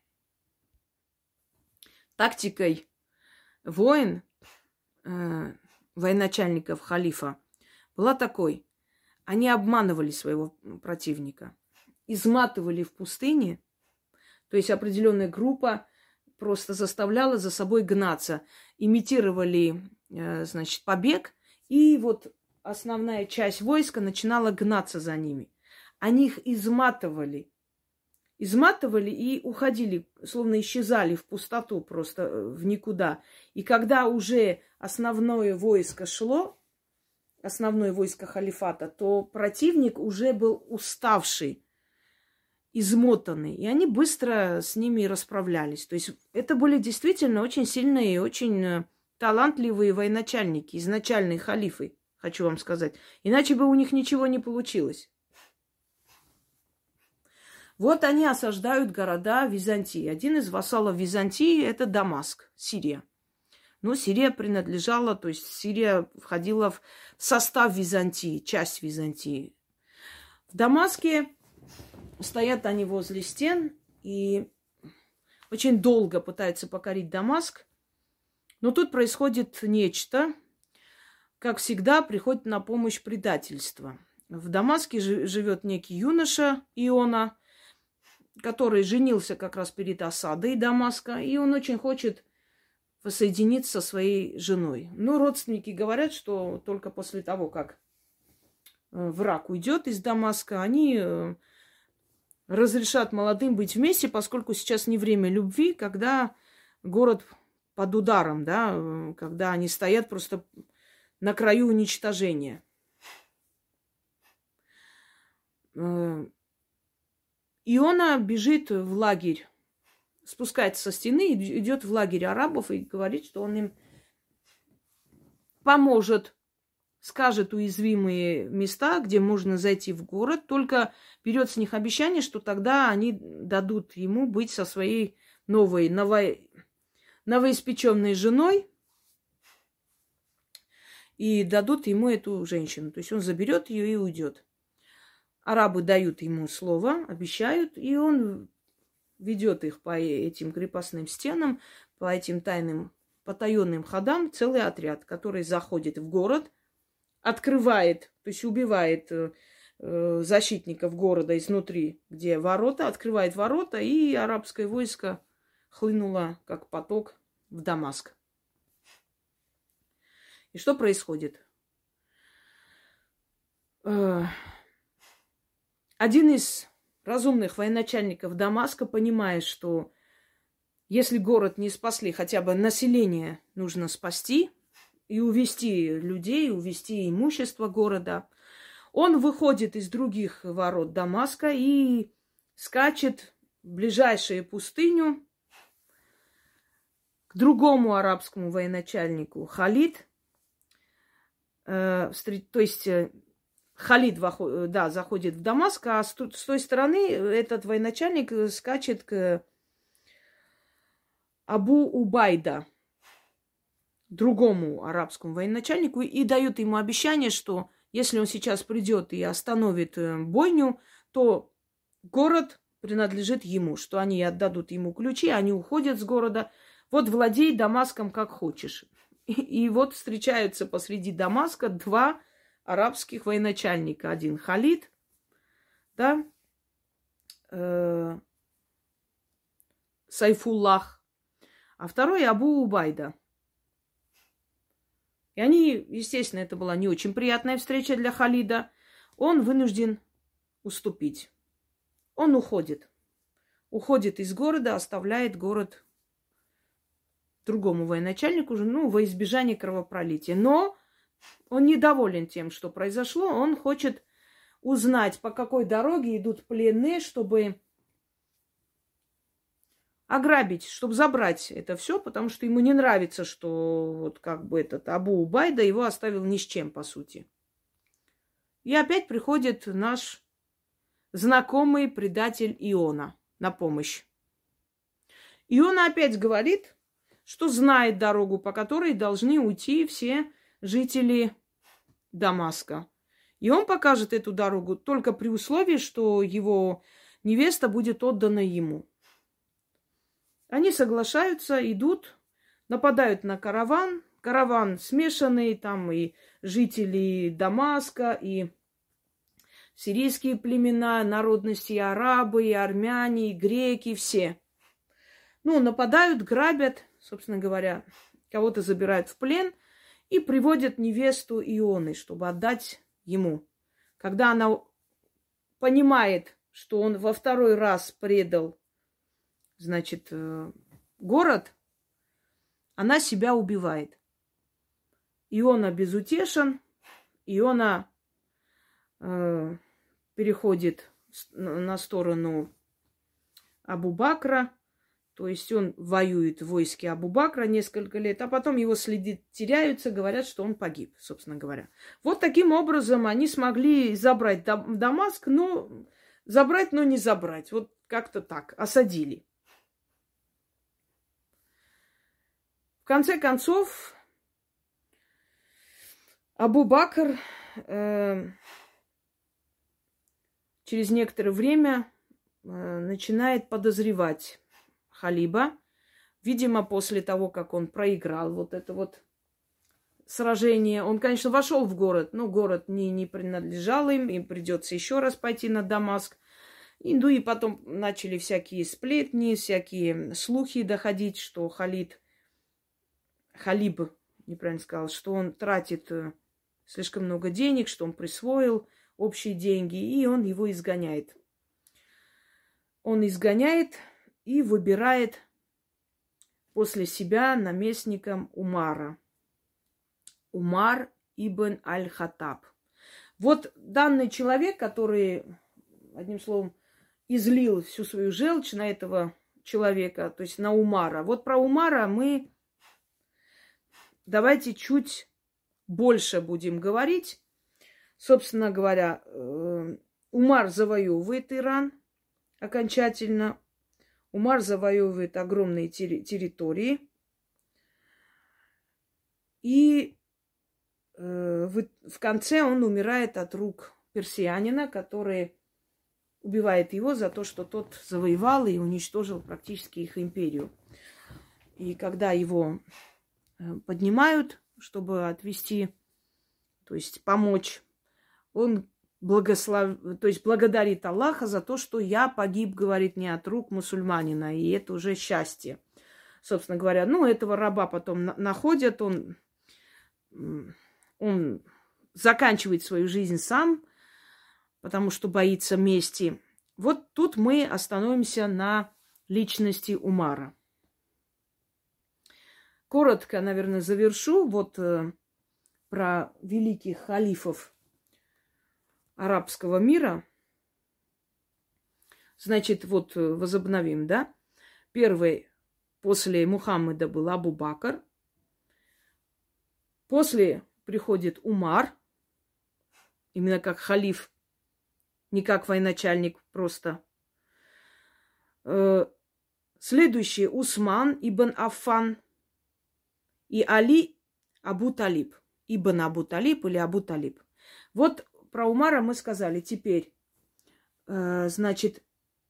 Тактикой войн, э, военачальников халифа была такой. Они обманывали своего противника, изматывали в пустыне, то есть определенная группа просто заставляла за собой гнаться, имитировали, э, значит, побег, и вот основная часть войска начинала гнаться за ними. Они их изматывали, изматывали и уходили, словно исчезали в пустоту, просто в никуда. И когда уже основное войско шло, основное войско халифата, то противник уже был уставший, измотанный, и они быстро с ними расправлялись. То есть это были действительно очень сильные и очень талантливые военачальники, изначальные халифы, хочу вам сказать. Иначе бы у них ничего не получилось. Вот они осаждают города Византии. Один из вассалов Византии – это Дамаск, Сирия. Но Сирия принадлежала, то есть Сирия входила в состав Византии, часть Византии. В Дамаске стоят они возле стен и очень долго пытаются покорить Дамаск. Но тут происходит нечто. Как всегда, приходит на помощь предательство. В Дамаске живет некий юноша Иона, который женился как раз перед осадой Дамаска, и он очень хочет воссоединиться со своей женой. Но родственники говорят, что только после того, как враг уйдет из Дамаска, они разрешат молодым быть вместе, поскольку сейчас не время любви, когда город под ударом, да, когда они стоят просто на краю уничтожения. Иона бежит в лагерь, спускается со стены, идет в лагерь арабов и говорит, что он им поможет, скажет уязвимые места, где можно зайти в город, только берет с них обещание, что тогда они дадут ему быть со своей новой, ново... новоиспеченной женой и дадут ему эту женщину. То есть он заберет ее и уйдет. Арабы дают ему слово, обещают, и он ведет их по этим крепостным стенам, по этим тайным, потаенным ходам, целый отряд, который заходит в город, открывает, то есть убивает э, защитников города изнутри, где ворота, открывает ворота, и арабское войско хлынуло, как поток, в Дамаск. И что происходит? Один из разумных военачальников Дамаска понимает, что если город не спасли, хотя бы население нужно спасти и увести людей, увести имущество города. Он выходит из других ворот Дамаска и скачет в ближайшую пустыню к другому арабскому военачальнику Халид. Э, то есть Халид да, заходит в Дамаск, а с той стороны этот военачальник скачет к Абу Убайда, другому арабскому военачальнику, и дает ему обещание, что если он сейчас придет и остановит бойню, то город принадлежит ему, что они отдадут ему ключи, они уходят с города. Вот владей Дамаском как хочешь. И, и вот встречаются посреди Дамаска два арабских военачальника. Один Халид, да, э, Сайфуллах, а второй Абу Убайда. И они, естественно, это была не очень приятная встреча для Халида. Он вынужден уступить. Он уходит. Уходит из города, оставляет город другому военачальнику, ну, во избежание кровопролития. Но он недоволен тем, что произошло. Он хочет узнать, по какой дороге идут пленные, чтобы ограбить, чтобы забрать это все, потому что ему не нравится, что вот как бы этот Абу Убайда его оставил ни с чем, по сути. И опять приходит наш знакомый предатель Иона на помощь. Иона опять говорит, что знает дорогу, по которой должны уйти все жители Дамаска. И он покажет эту дорогу только при условии, что его невеста будет отдана ему. Они соглашаются, идут, нападают на караван. Караван смешанный, там и жители Дамаска, и сирийские племена, народности, и арабы, и армяне, и греки, все. Ну, нападают, грабят, собственно говоря, кого-то забирают в плен и приводят невесту Ионы, чтобы отдать ему. Когда она понимает, что он во второй раз предал, значит, город, она себя убивает. Иона безутешен, Иона э, переходит на сторону Абу-Бакра, то есть он воюет в войске Абу-Бакра несколько лет, а потом его следы теряются, говорят, что он погиб, собственно говоря. Вот таким образом они смогли забрать Дамаск, но забрать, но не забрать. Вот как-то так, осадили. В конце концов, Абу-Бакр э, через некоторое время э, начинает подозревать Халиба. Видимо, после того, как он проиграл вот это вот сражение. Он, конечно, вошел в город, но город не, не принадлежал им. Им придется еще раз пойти на Дамаск. И, ну и потом начали всякие сплетни, всякие слухи доходить, что Халид... Халиб, неправильно сказал, что он тратит слишком много денег, что он присвоил общие деньги, и он его изгоняет. Он изгоняет и выбирает после себя наместником Умара. Умар ибн аль-Хаттаб. Вот данный человек, который, одним словом, излил всю свою желчь на этого человека, то есть на Умара. Вот про Умара мы... Давайте чуть больше будем говорить. Собственно говоря, Умар завоевывает Иран окончательно. Умар завоевывает огромные территории. И в конце он умирает от рук персиянина, который убивает его за то, что тот завоевал и уничтожил практически их империю. И когда его поднимают, чтобы отвести, то есть помочь, он благослов... то есть благодарит Аллаха за то, что я погиб, говорит, не от рук мусульманина, и это уже счастье. Собственно говоря, ну, этого раба потом на- находят, он, он заканчивает свою жизнь сам, потому что боится мести. Вот тут мы остановимся на личности Умара. Коротко, наверное, завершу вот э, про великих халифов арабского мира. Значит, вот возобновим, да? Первый после Мухаммеда был Абу-Бакр. После приходит Умар, именно как халиф, не как военачальник просто. Э, следующий Усман ибн Аффан. И Али Абу Талиб. Ибн Абу Талиб или Абу Талиб. Вот про Умара мы сказали. Теперь, э, значит,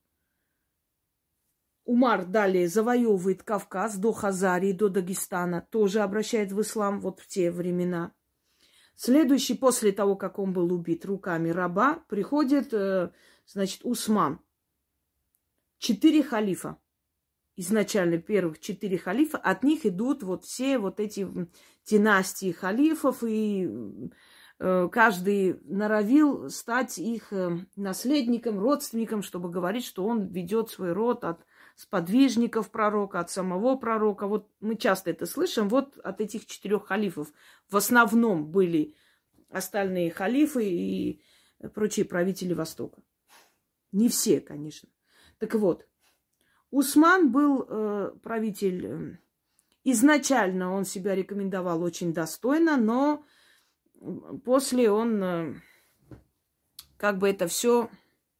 Умар далее завоевывает Кавказ до Хазарии, до Дагестана. Тоже обращает в ислам вот в те времена. Следующий, после того, как он был убит руками раба, приходит, э, значит, Усман. Четыре халифа. изначально первых четыре халифа, от них идут вот все вот эти династии халифов, и э, каждый норовил стать их э, наследником, родственником, чтобы говорить, что он ведет свой род от сподвижников пророка, от самого пророка. Вот мы часто это слышим. Вот от этих четырех халифов в основном были остальные халифы и прочие правители Востока. Не все, конечно. Так вот, Усман был э, правитель, э, изначально он себя рекомендовал очень достойно, но после он э, как бы это все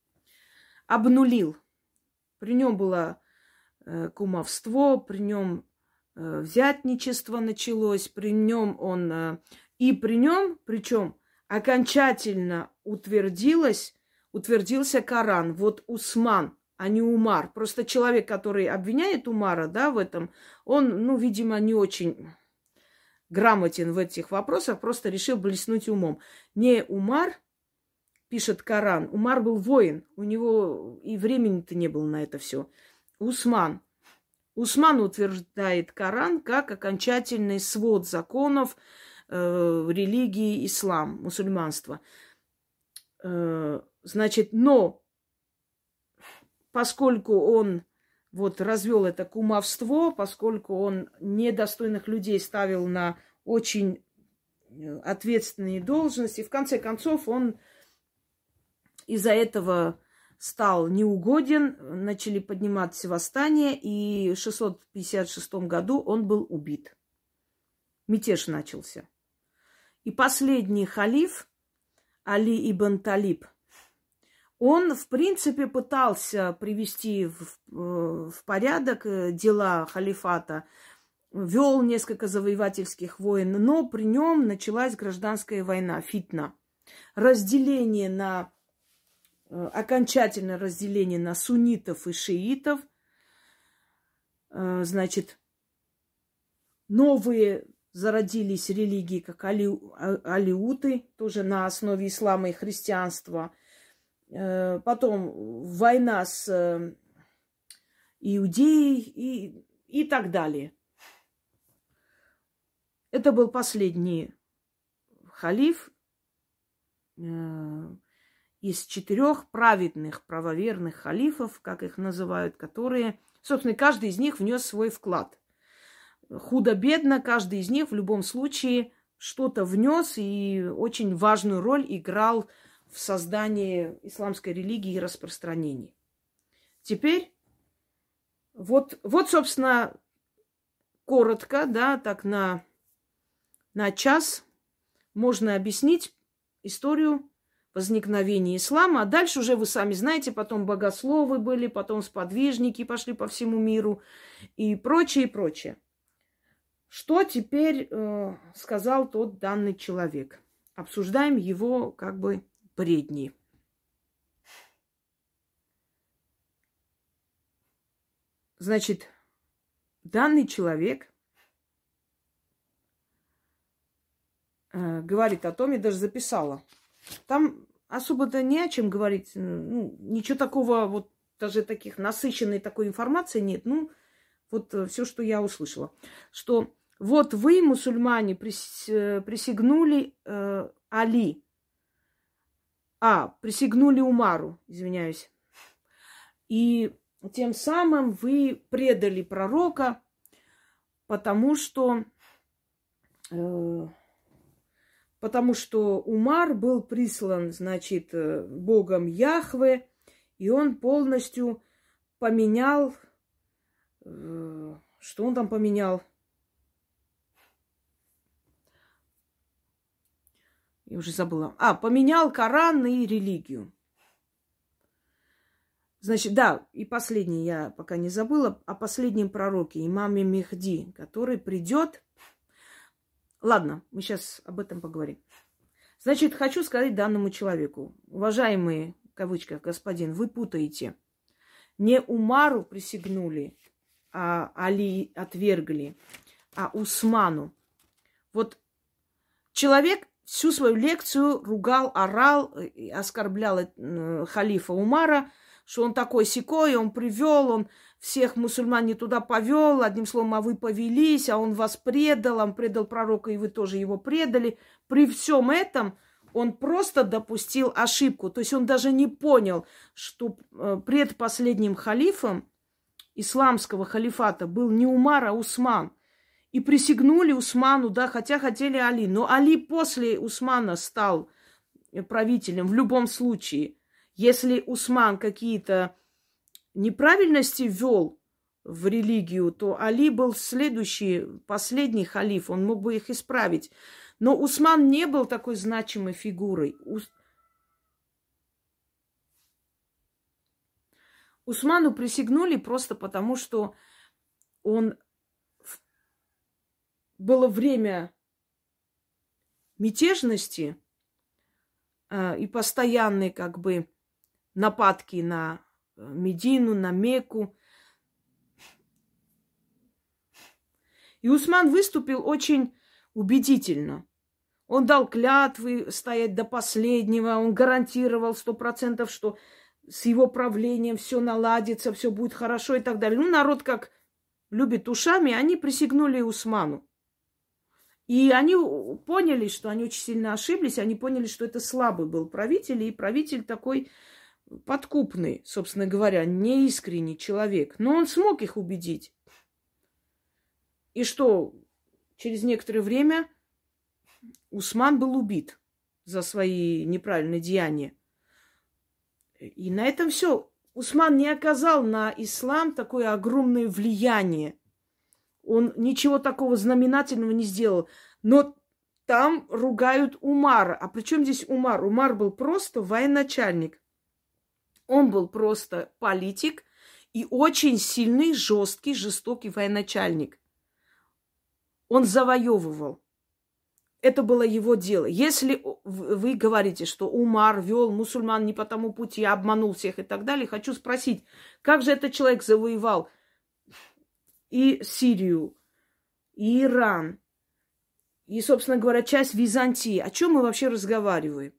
обнулил. При нем было э, кумовство, при нем э, взятничество началось, при нем он... Э, и при нем, причем окончательно утвердилось, утвердился Коран. Вот Усман, а не Умар. Просто человек, который обвиняет Умара, да, в этом, он, ну, видимо, не очень грамотен в этих вопросах, просто решил блеснуть умом. Не Умар, пишет Коран, Умар был воин, у него и времени-то не было на это все. Усман. Усман утверждает Коран как окончательный свод законов э, религии ислам, мусульманства. Э, значит, но поскольку он вот развел это кумовство, поскольку он недостойных людей ставил на очень ответственные должности, в конце концов он из-за этого стал неугоден, начали подниматься восстания, и в шестьсот пятьдесят шестом году он был убит. Мятеж начался. И последний халиф, Али ибн Талиб, он, в принципе, пытался привести в, в порядок дела халифата, вел несколько завоевательских войн, но при нем началась гражданская война, фитна. Разделение на, окончательное разделение на суннитов и шиитов. Значит, новые зародились религии, как али, алиуты, тоже на основе ислама и христианства. Потом война с Иудеей и, и так далее. Это был последний халиф э, из четырех праведных, правоверных халифов, как их называют, которые, собственно, каждый из них внес свой вклад. Худо-бедно каждый из них в любом случае что-то внес и очень важную роль играл в создании исламской религии и распространении. Теперь, вот, вот собственно, коротко, да, так на, на час можно объяснить историю возникновения ислама. А дальше уже вы сами знаете, потом богословы были, потом сподвижники пошли по всему миру и прочее, и прочее. Что теперь э, сказал тот данный человек? Обсуждаем его как бы бредни. Значит, данный человек э, говорит о том, я даже записала. Там особо-то не о чем говорить. Ну, ничего такого, вот даже таких насыщенной такой информации нет. Ну, вот э, все, что я услышала. Что вот вы, мусульмане, присягнули э, Али. А, присягнули Умару, извиняюсь. И тем самым вы предали пророка, потому что, э, потому что Умар был прислан, значит, Богом Яхве, и он полностью поменял, э, что он там поменял? Я уже забыла. А, поменял Коран и религию. Значит, да, и последний я пока не забыла, о последнем пророке, имаме Мехди, который придет. Ладно, мы сейчас об этом поговорим. Значит, хочу сказать данному человеку. Уважаемый, в кавычках, господин, вы путаете. Не Умару присягнули, а Али отвергли, а Усману. Вот человек всю свою лекцию ругал, орал, оскорблял халифа Умара, что он такой сякой, он привел, он всех мусульман не туда повел, одним словом, а вы повелись, а он вас предал, он предал пророка, и вы тоже его предали. При всем этом он просто допустил ошибку. То есть он даже не понял, что предпоследним халифом исламского халифата был не Умар, а Усман. И присягнули Усману, да, хотя хотели Али. Но Али после Усмана стал правителем в любом случае. Если Усман какие-то неправильности ввел в религию, то Али был следующий, последний халиф, он мог бы их исправить. Но Усман не был такой значимой фигурой. Усману присягнули просто потому, что он... было время мятежности э, и постоянной как бы нападки на Медину, на Мекку. И Усман выступил очень убедительно. Он дал клятвы стоять до последнего, он гарантировал сто процентов, что с его правлением все наладится, все будет хорошо и так далее. Ну, народ как любит ушами, они присягнули Усману. И они поняли, что они очень сильно ошиблись, они поняли, что это слабый был правитель, и правитель такой подкупный, собственно говоря, неискренний человек. Но он смог их убедить. И что, через некоторое время Усман был убит за свои неправильные деяния. И на этом все. Усман не оказал на ислам такое огромное влияние. Он ничего такого знаменательного не сделал. Но там ругают Умара. А при чем здесь Умар? Умар был просто военачальник. Он был просто политик и очень сильный, жесткий, жестокий военачальник. Он завоевывал. Это было его дело. Если вы говорите, что Умар вел мусульман не по тому пути, обманул всех и так далее, хочу спросить, как же этот человек завоевал и Сирию, и Иран, и, собственно говоря, часть Византии? О чем мы вообще разговариваем?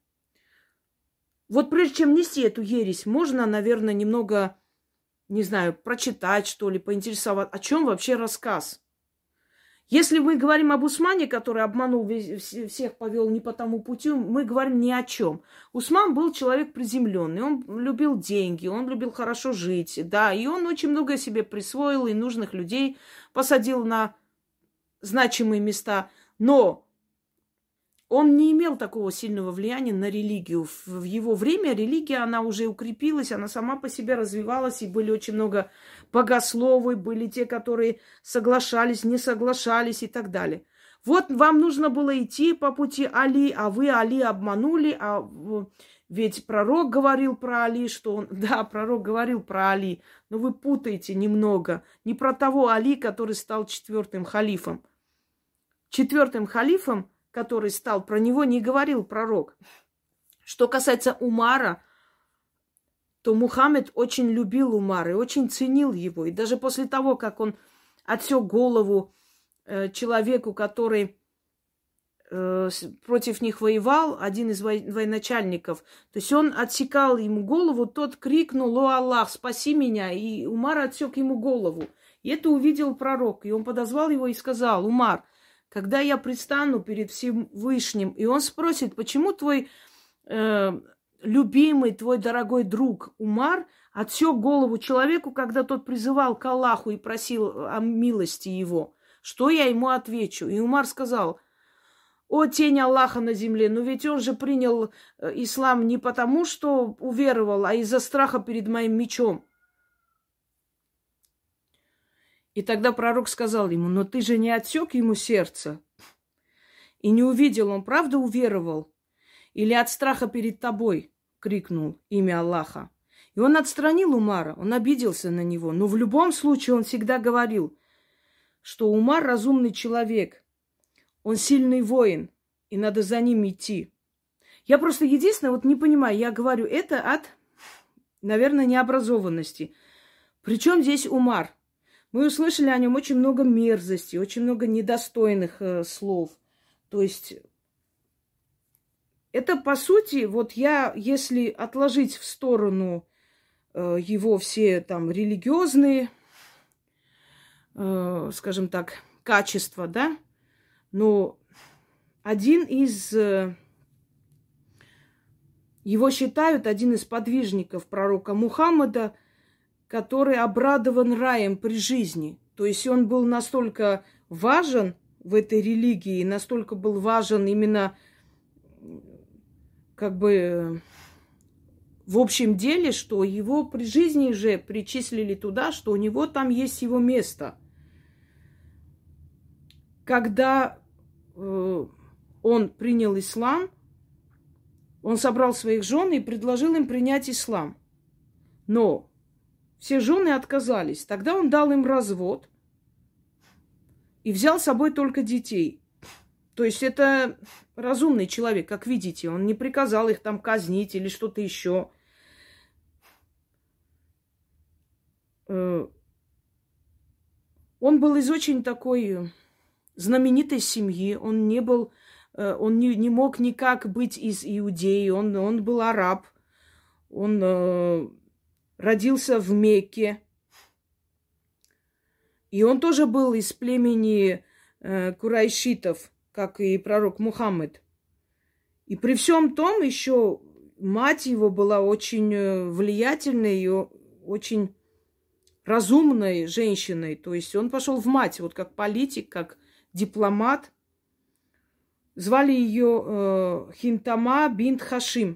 Вот прежде чем нести эту ересь, можно, наверное, немного, не знаю, прочитать, что ли, поинтересоваться, о чем вообще рассказ. Если мы говорим об Усмане, который обманул всех, повел не по тому пути, мы говорим ни о чем. Усман был человек приземленный, он любил деньги, он любил хорошо жить, да, и он очень многое себе присвоил, и нужных людей посадил на значимые места. Но он не имел такого сильного влияния на религию. В его время религия, она уже укрепилась, она сама по себе развивалась, и были очень много богословы, были те, которые соглашались, не соглашались и так далее. Вот вам нужно было идти по пути Али, а вы Али обманули, а ведь пророк говорил про Али, что он... Да, пророк говорил про Али, но вы путаете немного. Не про того Али, который стал четвертым халифом. Четвертым халифом, который стал, про него не говорил пророк. Что касается Умара, то Мухаммед очень любил Умара и очень ценил его. И даже после того, как он отсек голову э, человеку, который э, против них воевал, один из вой- военачальников, то есть он отсекал ему голову, тот крикнул: «О Аллах, спаси меня!» И Умар отсек ему голову. И это увидел пророк. И он подозвал его и сказал: «Умар, когда я предстану перед Всевышним, и он спросит, почему твой э, любимый, твой дорогой друг Умар отсек голову человеку, когда тот призывал к Аллаху и просил о милости его, что я ему отвечу?» И Умар сказал: «О, тень Аллаха на земле, но ведь он же принял ислам не потому, что уверовал, а из-за страха перед моим мечом». И тогда пророк сказал ему: «Но ты же не отсек ему сердце и не увидел, он правда уверовал? Или от страха перед тобой?» — крикнул имя Аллаха. И он отстранил Умара, он обиделся на него. Но в любом случае он всегда говорил, что Умар разумный человек, он сильный воин, и надо за ним идти. Я просто единственное вот не понимаю, я говорю это от, наверное, необразованности. Причем здесь Умар? Мы услышали о нем очень много мерзости, очень много недостойных э, слов. То есть это, по сути, вот я, если отложить в сторону э, его все там религиозные, э, скажем так, качества, да, но один из, э, его считают один из подвижников пророка Мухаммада, который обрадован раем при жизни. То есть он был настолько важен в этой религии, настолько был важен именно как бы в общем деле, что его при жизни же причислили туда, что у него там есть его место. Когда э, он принял ислам, он собрал своих жен и предложил им принять ислам. Но все жены отказались. Тогда он дал им развод и взял с собой только детей. То есть это разумный человек, как видите. Он не приказал их там казнить или что-то еще. Он был из очень такой знаменитой семьи. Он не был, он не, не мог никак быть из Иудеи. Он, он был араб. Он э, родился в Мекке. И он тоже был из племени э, курайшитов, как и пророк Мухаммад. И при всем том еще мать его была очень влиятельной и очень разумной женщиной. То есть он пошел в мать, вот как политик, как дипломат. Звали ее э, Хинтама бинт Хашим.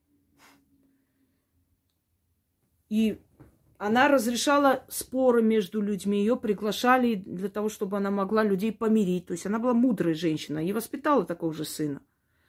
И она разрешала споры между людьми. Ее приглашали для того, чтобы она могла людей помирить. То есть она была мудрой женщиной и воспитала такого же сына.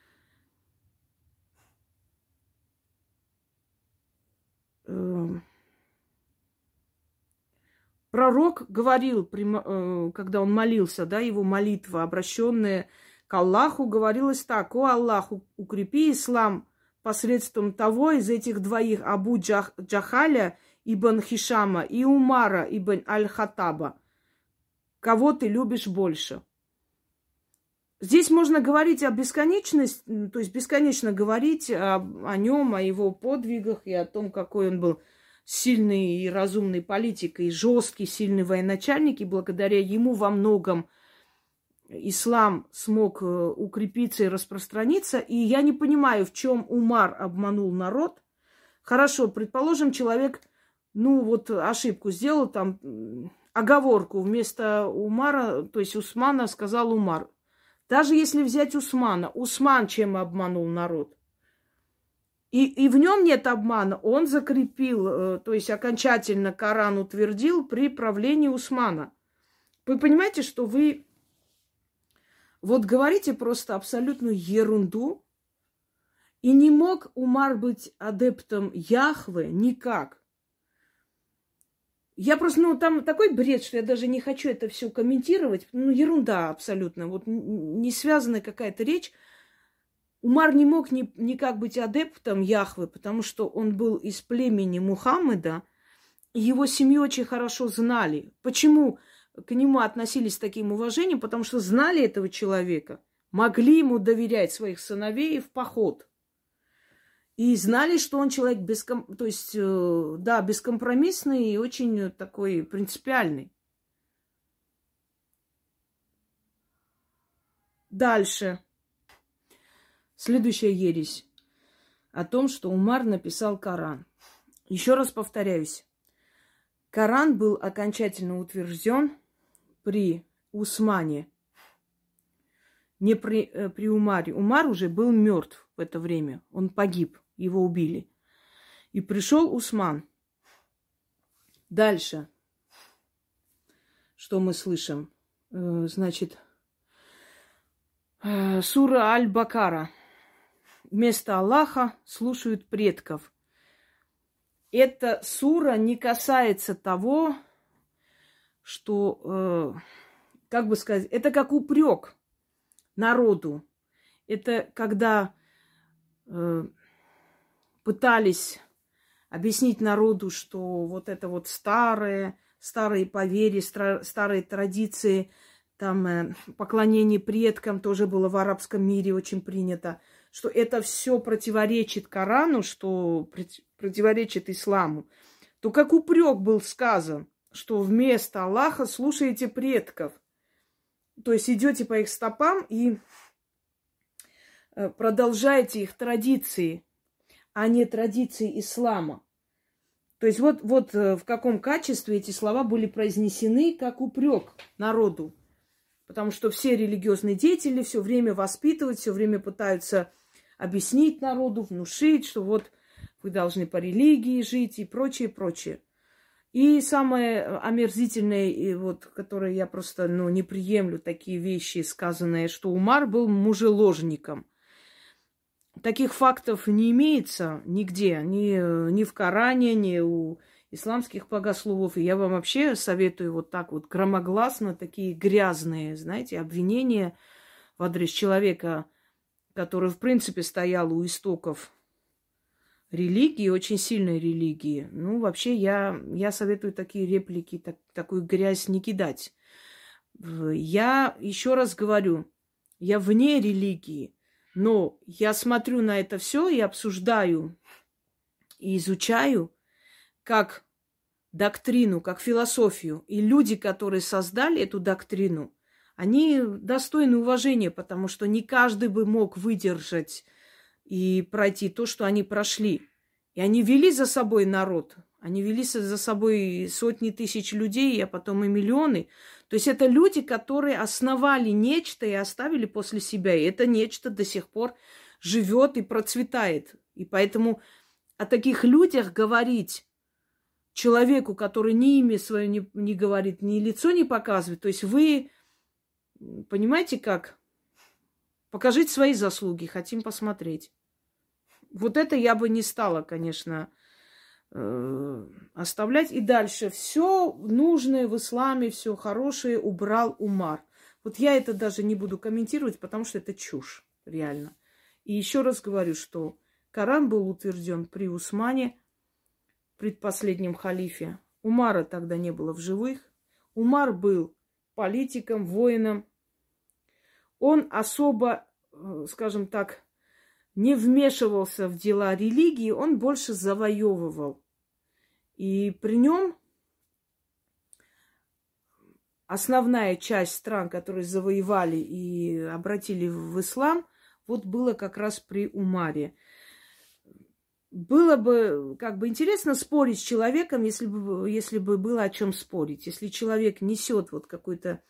Пророк говорил, когда он молился, да, его молитва, обращенная к Аллаху, говорилось так: «О Аллах, укрепи ислам посредством того из этих двоих, Абу Джах, Джахаля ибн Хишама и Умара ибн Аль-Хаттаба. Кого ты любишь больше?» Здесь можно говорить о бесконечности, то есть бесконечно говорить о, о нем, о его подвигах и о том, какой он был сильный и разумный политик, и жесткий, сильный военачальник, и благодаря ему во многом ислам смог укрепиться и распространиться. И я не понимаю, в чем Умар обманул народ. Хорошо, предположим, человек, ну вот ошибку сделал, там оговорку вместо Умара, то есть Усмана сказал Умар. Даже если взять Усмана, Усман чем обманул народ? И, и в нем нет обмана. Он закрепил, то есть окончательно Коран утвердил при правлении Усмана. Вы понимаете, что вы вот говорите просто абсолютную ерунду. И не мог Умар быть адептом Яхве никак. Я просто, ну, там такой бред, что я даже не хочу это все комментировать. Ну, ерунда абсолютно. Вот не связанная какая-то речь. Умар не мог ни, никак быть адептом Яхве, потому что он был из племени Мухаммеда, и его семью очень хорошо знали. Почему к нему относились с таким уважением? Потому что знали этого человека, могли ему доверять своих сыновей в поход. И знали, что он человек беском... то есть, да, бескомпромиссный и очень такой принципиальный. Дальше. Следующая ересь о том, что Умар написал Коран. Еще раз повторяюсь. Коран был окончательно утвержден при Усмане, не при, э, при Умаре. Умар уже был мертв в это время. Он погиб, его убили. И пришел Усман. Дальше. Что мы слышим? Э, значит, э, сура Аль-Бакара. Вместо Аллаха слушают предков. Эта сура не касается того, что, э, как бы сказать, это как упрек народу. Это когда э, пытались объяснить народу, что вот это вот старые, старые поверья, старые традиции, там э, поклонение предкам тоже было в арабском мире очень принято, что это все противоречит Корану, что противоречит исламу. то как упрек был сказан, что вместо Аллаха слушаете предков. То есть идете по их стопам и продолжаете их традиции, а не традиции ислама. То есть вот, вот в каком качестве эти слова были произнесены как упрек народу. Потому что все религиозные деятели все время воспитывают, все время пытаются объяснить народу, внушить, что вот вы должны по религии жить и прочее, прочее. И самое омерзительное, и вот, которое я просто ну, не приемлю, такие вещи сказанные, что Умар был мужеложником. Таких фактов не имеется нигде, ни, ни в Коране, ни у исламских богословов. И я вам вообще советую вот так вот громогласно такие грязные, знаете, обвинения в адрес человека, который, в принципе, стоял у истоков религии, очень сильной религии. Ну, вообще, я, я советую такие реплики, так, такую грязь не кидать. Я еще раз говорю, я вне религии. Но я смотрю на это все и обсуждаю, и изучаю как доктрину, как философию. И люди, которые создали эту доктрину, они достойны уважения, потому что не каждый бы мог выдержать и пройти то, что они прошли. И они вели за собой народ, они вели за собой сотни тысяч людей, а потом и миллионы. То есть это люди, которые основали нечто и оставили после себя. И это нечто до сих пор живет и процветает. И поэтому о таких людях говорить человеку, который ни имя свое не, не говорит, ни лицо не показывает. То есть вы, понимаете как? Покажите свои заслуги, хотим посмотреть. Вот это я бы не стала, конечно, оставлять. И дальше все нужное в исламе, все хорошее убрал Умар. Вот я это даже не буду комментировать, потому что это чушь, реально. И еще раз говорю, что Коран был утвержден при Усмане, предпоследнем халифе. Умара тогда не было в живых. Умар был политиком, воином. Он особо, скажем так, не вмешивался в дела религии, он больше завоевывал. И при нем основная часть стран, которые завоевали и обратили в ислам, вот было как раз при Умаре. Было бы как бы интересно спорить с человеком, если бы, если бы было о чем спорить. Если человек несет вот какую-то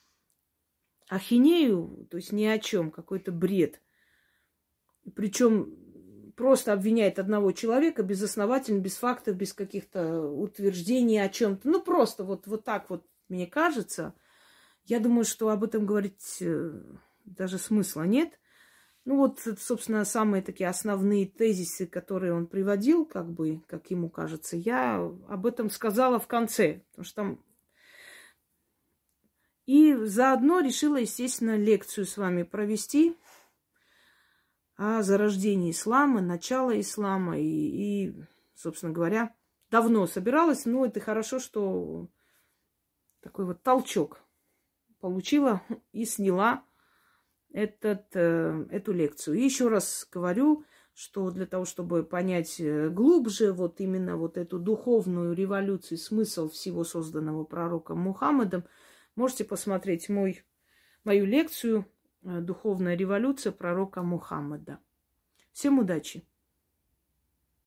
ахинею, то есть ни о чем, какой-то бред, причем просто обвиняет одного человека безосновательно, без фактов, без каких-то утверждений о чем-то. Ну, просто вот, вот так вот, мне кажется. Я думаю, что об этом говорить даже смысла нет. Ну, вот, собственно, самые такие основные тезисы, которые он приводил, как бы, как ему кажется, я об этом сказала в конце. Потому что там... И заодно решила, естественно, лекцию с вами провести о зарождении ислама, начало ислама. И, и, собственно говоря, давно собиралась. Но это хорошо, что такой вот толчок получила и сняла этот, эту лекцию. И еще раз говорю, что для того, чтобы понять глубже вот именно вот эту духовную революцию, смысл всего созданного пророком Мухаммадом, можете посмотреть мой, мою лекцию «Духовная революция пророка Мухаммада». Всем удачи!